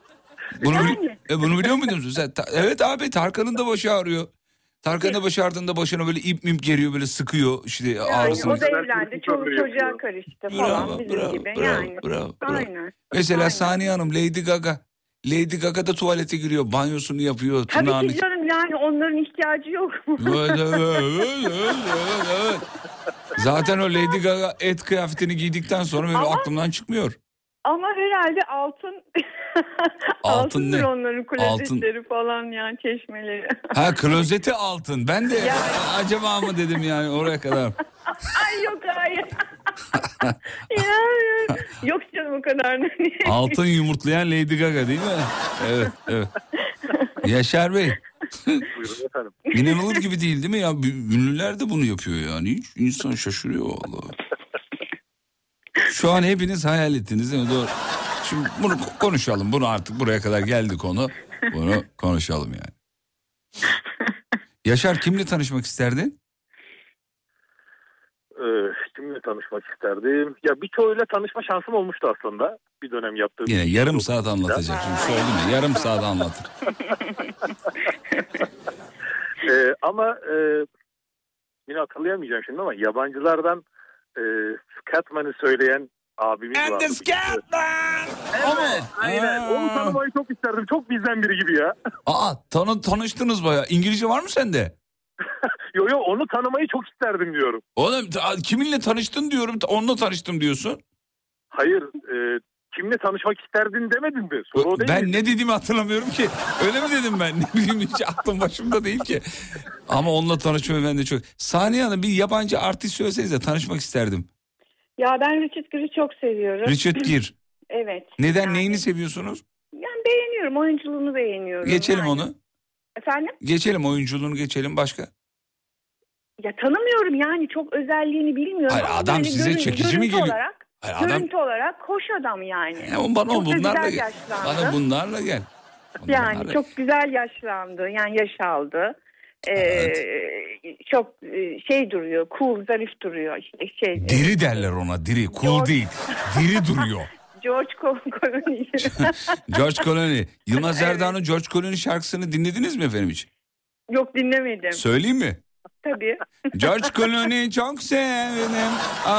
Bunu biliyor muydun sen? Evet abi, Tarkan'ın da başı ağrıyor. Tarkan'ın da başı ağrıdığında başına böyle ip mip geriyor, böyle sıkıyor işte ağrısını. O da evlendi. Çoluk çocuğa karıştı falan bizim gibi. Bravo. Aynen. Mesela Saniye Hanım, Lady Gaga. Lady Gaga da tuvalete giriyor, banyosunu yapıyor. Tabii ki canım, yani onların ihtiyacı yok mu? Evet. Zaten o Lady Gaga et kıyafetini giydikten sonra benim aklımdan çıkmıyor. Ama herhalde altındır onların klozetleri falan, yani çeşmeleri. Ha, klozeti altın. Ben de acaba mı dedim yani oraya kadar. Ay yok, hayır. Yok canım, o kadar. Altın yumurtlayan Lady Gaga değil mi? Evet. Yaşar Bey. Buyurun efendim. İnanılır gibi değil mi ya? Ünlüler de bunu yapıyor yani. Hiç insan şaşırıyor vallahi. Şu an hepiniz hayal ettiniz değil mi? Doğru. Şimdi bunu konuşalım. Bunu artık buraya kadar geldi konu. Bunu konuşalım yani. Yaşar, kimle tanışmak isterdin? Kimle tanışmak isterdim? Ya birçoğuyla tanışma şansım olmuştu aslında. Bir dönem yaptığım. Yine yarım saat anlatacak. Şimdi sordum ya, yarım saat anlatır. Ama yine hatırlayamayacağım şimdi ama yabancılardan Scatman'ı söyleyen abimiz vardı. And the Scatman! Evet, aynen. Onu tanımayı çok isterdim. Çok bizden biri gibi ya. Tanıştınız bayağı. İngilizce var mı sende? Yo onu tanımayı çok isterdim diyorum. Oğlum kiminle tanıştın diyorum, onunla tanıştım diyorsun. Hayır, kimle tanışmak isterdin demedin mi? Soru o değil ben mi? ne dediğimi hatırlamıyorum ki. Öyle mi dedim ben? Ne bileyim, hiç aklım başımda değil ki. Ama onunla tanışmayı ben de çok... Saniye Hanım, bir yabancı artist söylesenize, tanışmak isterdim. Ya ben Richard Gere'yi çok seviyorum. Richard Gere. Evet. Neden, neyini seviyorsunuz? Yani beğeniyorum, oyunculuğunu beğeniyorum. Geçelim onu. Efendim? Geçelim oyunculuğunu, geçelim, başka? Ya tanımıyorum yani, çok özelliğini bilmiyorum. Hayır, adam böyle size çekici mi geliyor? Görüntü olarak hoş adam yani. Bunlarla gel. Bana bunlarla gel. Yani çok güzel yaşlandı. Yani yaş aldı. Evet. Çok duruyor. Cool, zarif duruyor. İşte diri derler ona, diri. Cool değil. Diri duruyor. George Clooney. George Clooney. Yılmaz Erdoğan'ın George Clooney şarkısını dinlediniz mi efendim hiç? Yok, dinlemedim. Söyleyeyim mi? Tabii. George Clooney çok sevdim.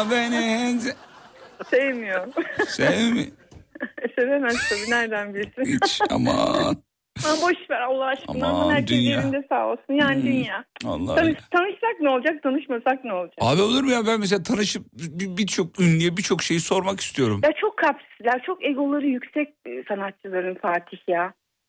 Sevmiyorum. Sevmiyor. Sevemez tabii, nereden bilsin? Hiç, aman. Boş ver Allah aşkına. Aman, herkes dünya. yerinde sağ olsun. Yani dünya. Tanışsak ne olacak, tanışmasak ne olacak? Abi olur mu ya, ben mesela tanışıp birçok ünlüye birçok şeyi sormak istiyorum. Ya çok kapsizler, çok egoları yüksek sanatçıların Fatih ya.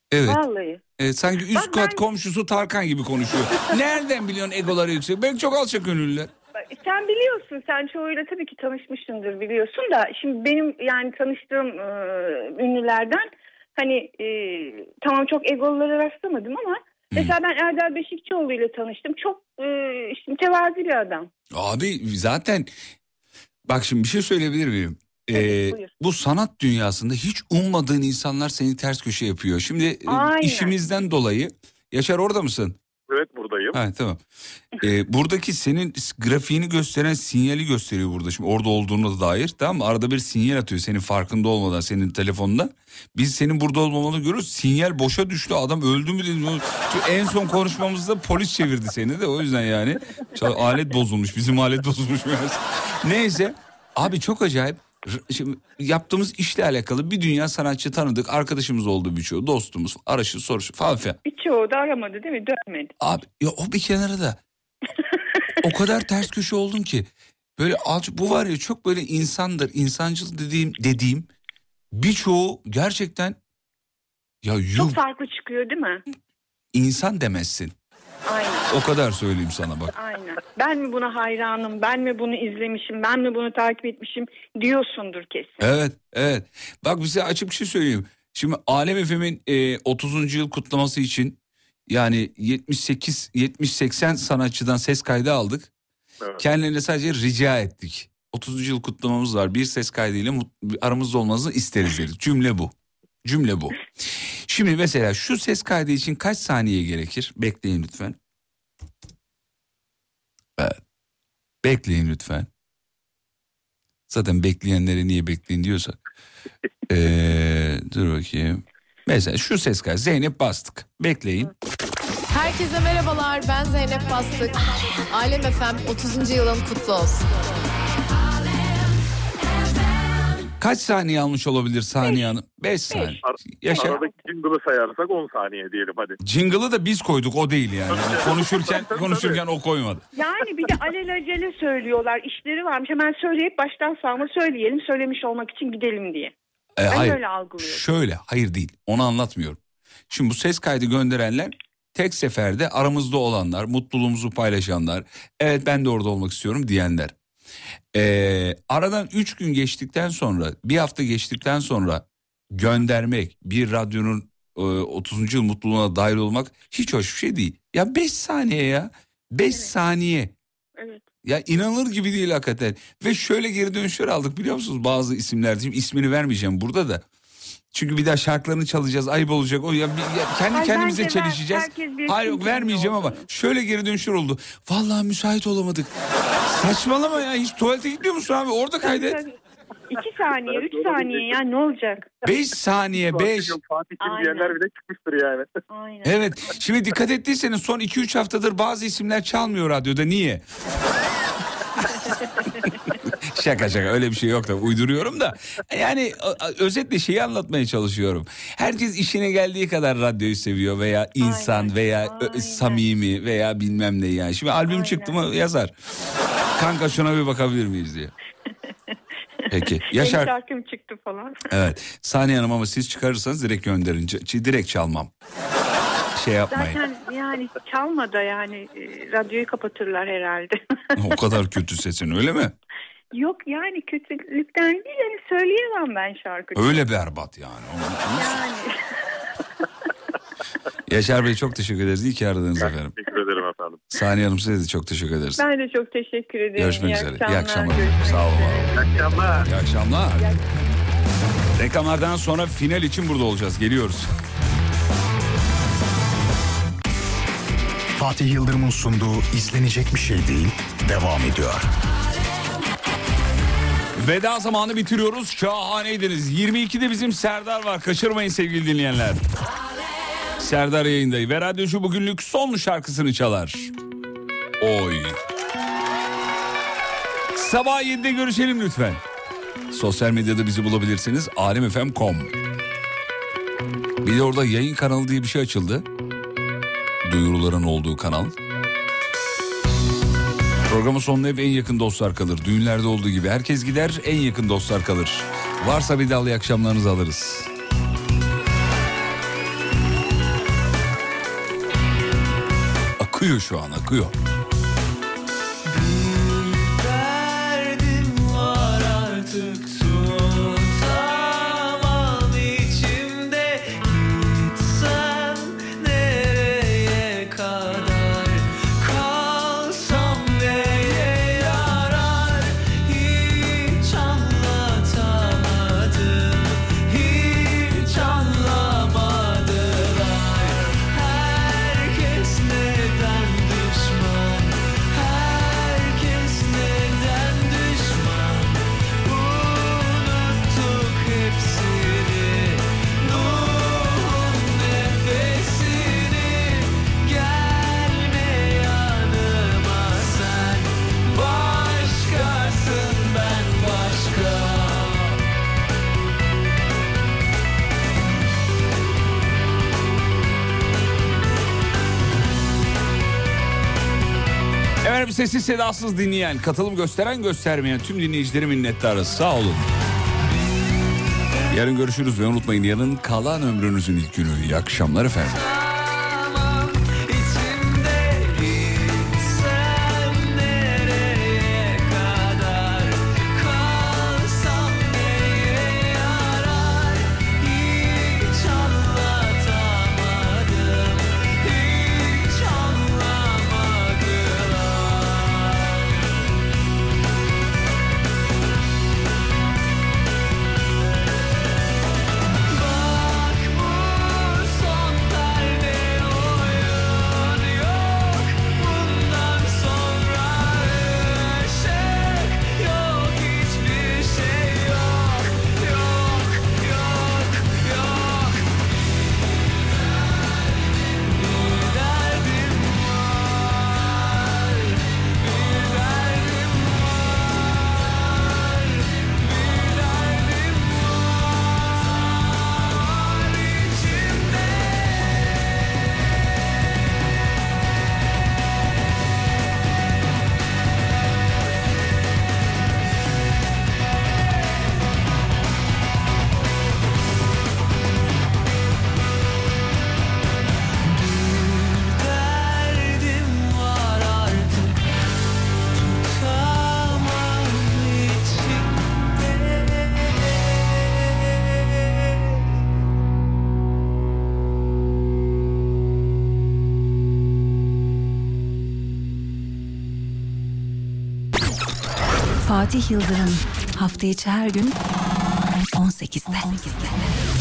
Evet. Vallahi. Sanki üst kat komşusu Tarkan gibi konuşuyor. Nereden biliyorsun egoları yüksek? Belki çok alçak gönüllüler. Sen biliyorsun, sen çoğuyla tabii ki tanışmışsındır, biliyorsun da şimdi benim yani tanıştığım ünlülerden hani tamam çok egolara rastlamadım ama mesela ben Erdal Beşikçioğlu ile tanıştım. Çok işte mütevazi bir adam. Abi zaten bak şimdi bir şey söyleyebilir miyim? Buyur. Bu sanat dünyasında hiç ummadığın insanlar seni ters köşe yapıyor. Şimdi işimizden dolayı Yaşar orada mısın? Evet, buradayım. Ha, tamam. Buradaki senin grafiğini gösteren sinyali gösteriyor burada. Şimdi orada olduğuna dair, tamam mı? Arada bir sinyal atıyor senin farkında olmadan senin telefonunda. Biz senin burada olmamanı görüyoruz. Sinyal boşa düştü, adam öldü mü dedim. Çünkü en son konuşmamızda polis çevirdi seni de, o yüzden yani. Alet bozulmuş, bizim alet bozulmuş biraz. Neyse abi, çok acayip. Şimdi yaptığımız işle alakalı bir dünya sanatçı tanıdık, arkadaşımız oldu birçoğu, dostumuz, araşı soruşu falan filan. Birçoğu da aramadı değil mi, dönmedi. Abi ya o bir kenara da o kadar ters köşe oldun ki böyle bu var ya, çok böyle insandır, insancıl dediğim birçoğu gerçekten ya çok farklı çıkıyor değil mi? İnsan demezsin. Aynen. O kadar söyleyeyim sana bak. Aynen. Ben mi buna hayranım, ben mi bunu izlemişim, ben mi bunu takip etmişim diyorsundur kesin. Evet. Bak bize açık bir şey söyleyeyim. Şimdi Alem FM'in 30. yıl kutlaması için yani 70-80 sanatçıdan ses kaydı aldık. Evet. Kendilerine sadece rica ettik. 30. yıl kutlamamız var. Bir ses kaydıyla aramızda olmanızı isteriz dedik. Cümle bu. Şimdi mesela şu ses kaydı için kaç saniye gerekir? Bekleyin lütfen. Evet. Bekleyin lütfen. Zaten bekleyenlere niye bekleyin diyorsak. Dur bakayım. Mesela şu ses kaydı. Zeynep Bastık. Bekleyin. Herkese merhabalar. Ben Zeynep Bastık. Alem FM 30. yılın kutlu olsun. Kaç saniye almış olabilir Saniye Hanım? 5 saniye. Yaşar. Aradaki jingle'ı sayarsak 10 saniye diyelim hadi. Jingle'ı da biz koyduk, o değil yani. konuşurken o koymadı. Yani bir de alelacele söylüyorlar. İşleri varmış. Hemen söyleyip baştan sağma söyleyelim. Söylemiş olmak için gidelim diye. Ben hayır, öyle algılıyorum. Şöyle, hayır değil. Onu anlatmıyorum. Şimdi bu ses kaydı gönderenler tek seferde aramızda olanlar, mutluluğumuzu paylaşanlar, evet ben de orada olmak istiyorum diyenler. Aradan 3 gün geçtikten sonra, bir hafta geçtikten sonra göndermek, bir radyonun 30. yıl mutluluğuna dahil olmak hiç hoş bir şey değil. Ya 5 saniye ya. 5 saniye. Evet. Ya inanılır gibi değil hakikaten. Ve şöyle geri dönüşler aldık biliyor musunuz bazı isimler. Şimdi ismini vermeyeceğim burada da. Çünkü bir daha şarkılarını çalacağız, ayıp olacak. O ya kendi kendimize çelişeceğiz. Hayır yok, vermeyeceğim ama şöyle geri dönüşler oldu. Vallahi müsait olamadık. Saçmalama ya, hiç tuvalete gitmiyor musun abi? Orada kaydet. 2 saniye, 3 saniye ya, ne olacak? 5 saniye, 5. Fatih'in diyenler bile çıkmıştır yani. Aynen. Evet, şimdi dikkat ettiyseniz son 2-3 haftadır bazı isimler çalmıyor radyoda. Niye? Şaka öyle bir şey yok da uyduruyorum da. Yani özetle şeyi anlatmaya çalışıyorum. Herkes işine geldiği kadar radyoyu seviyor veya insan veya samimi veya bilmem ne yani. Şimdi albüm çıktı mı yazar. Kanka şuna bir bakabilir miyiz diye. Peki. Yaşar. Benim şarkım çıktı falan. Evet. Saniye Hanım ama siz çıkarırsanız direkt gönderin. Direkt çalmam. Şey yapmayın. Zaten yani çalma da yani radyoyu kapatırlar herhalde. O kadar kötü sesin öyle mi? Yok yani kötülükten değil, yani söyleyemem ben şarkı. Öyle berbat yani. Yani. Yaşar Bey çok teşekkür ederiz. İyi ki aradınız efendim. Teşekkür ederim efendim. Saniye Hanım size de çok teşekkür ederiz. Ben de çok teşekkür ederim. Görüşmek üzere. İyi akşamlar. Sağ olun. İyi akşamlar. İyi akşamlar. Reklamlardan sonra final için burada olacağız. Geliyoruz. Fatih Yıldırım'ın sunduğu izlenecek bir şey değil devam ediyor. Veda zamanı bitiriyoruz. Şahaneydiniz. 22'de bizim Serdar var. Kaçırmayın sevgili dinleyenler. Serdar yayındayım. Ve radyocu bugünlük son şarkısını çalar. Oy. Sabah 7'de görüşelim lütfen. Sosyal medyada bizi bulabilirsiniz. alemfm.com. Bir de orada yayın kanalı diye bir şey açıldı. Duyuruların olduğu kanal. Programın sonuna hep en yakın dostlar kalır. Düğünlerde olduğu gibi herkes gider, en yakın dostlar kalır. Varsa bir dallı akşamlarınızı alırız. akıyor şu an, akıyor. Derdim var artık tutamam içimde. Gitsem nereye kadar, kalsam neye yarar? Hiç anlatamadım, hiç anlamadılar. Herkes neden düşman, herkes neden düşman? Unuttuk hepsini, Nuh'un nefesini. Gelme yanıma sen, başkasın ben başka. Efendim sessiz sedasız dinleyen, katılım gösteren göstermeyen tüm dinleyicileri minnettarız. Sağ olun. Yarın görüşürüz ve unutmayın, yarın kalan ömrünüzün ilk günü. İyi akşamlar efendim. İçimde gitsem nereye kadar, kalsam neye yarar? Hiç anlatamadım, hiç anlamadılar. Bak bu son perde oyun yok, bundan sonra ışık yok, hiçbir şey yok, yok, yok, yok. Bir derdim var, bir derdim var, bir derdim var içimde. Derdim var artık, tutamam içimde. Fatih Yıldırım hafta içi her gün 18'de.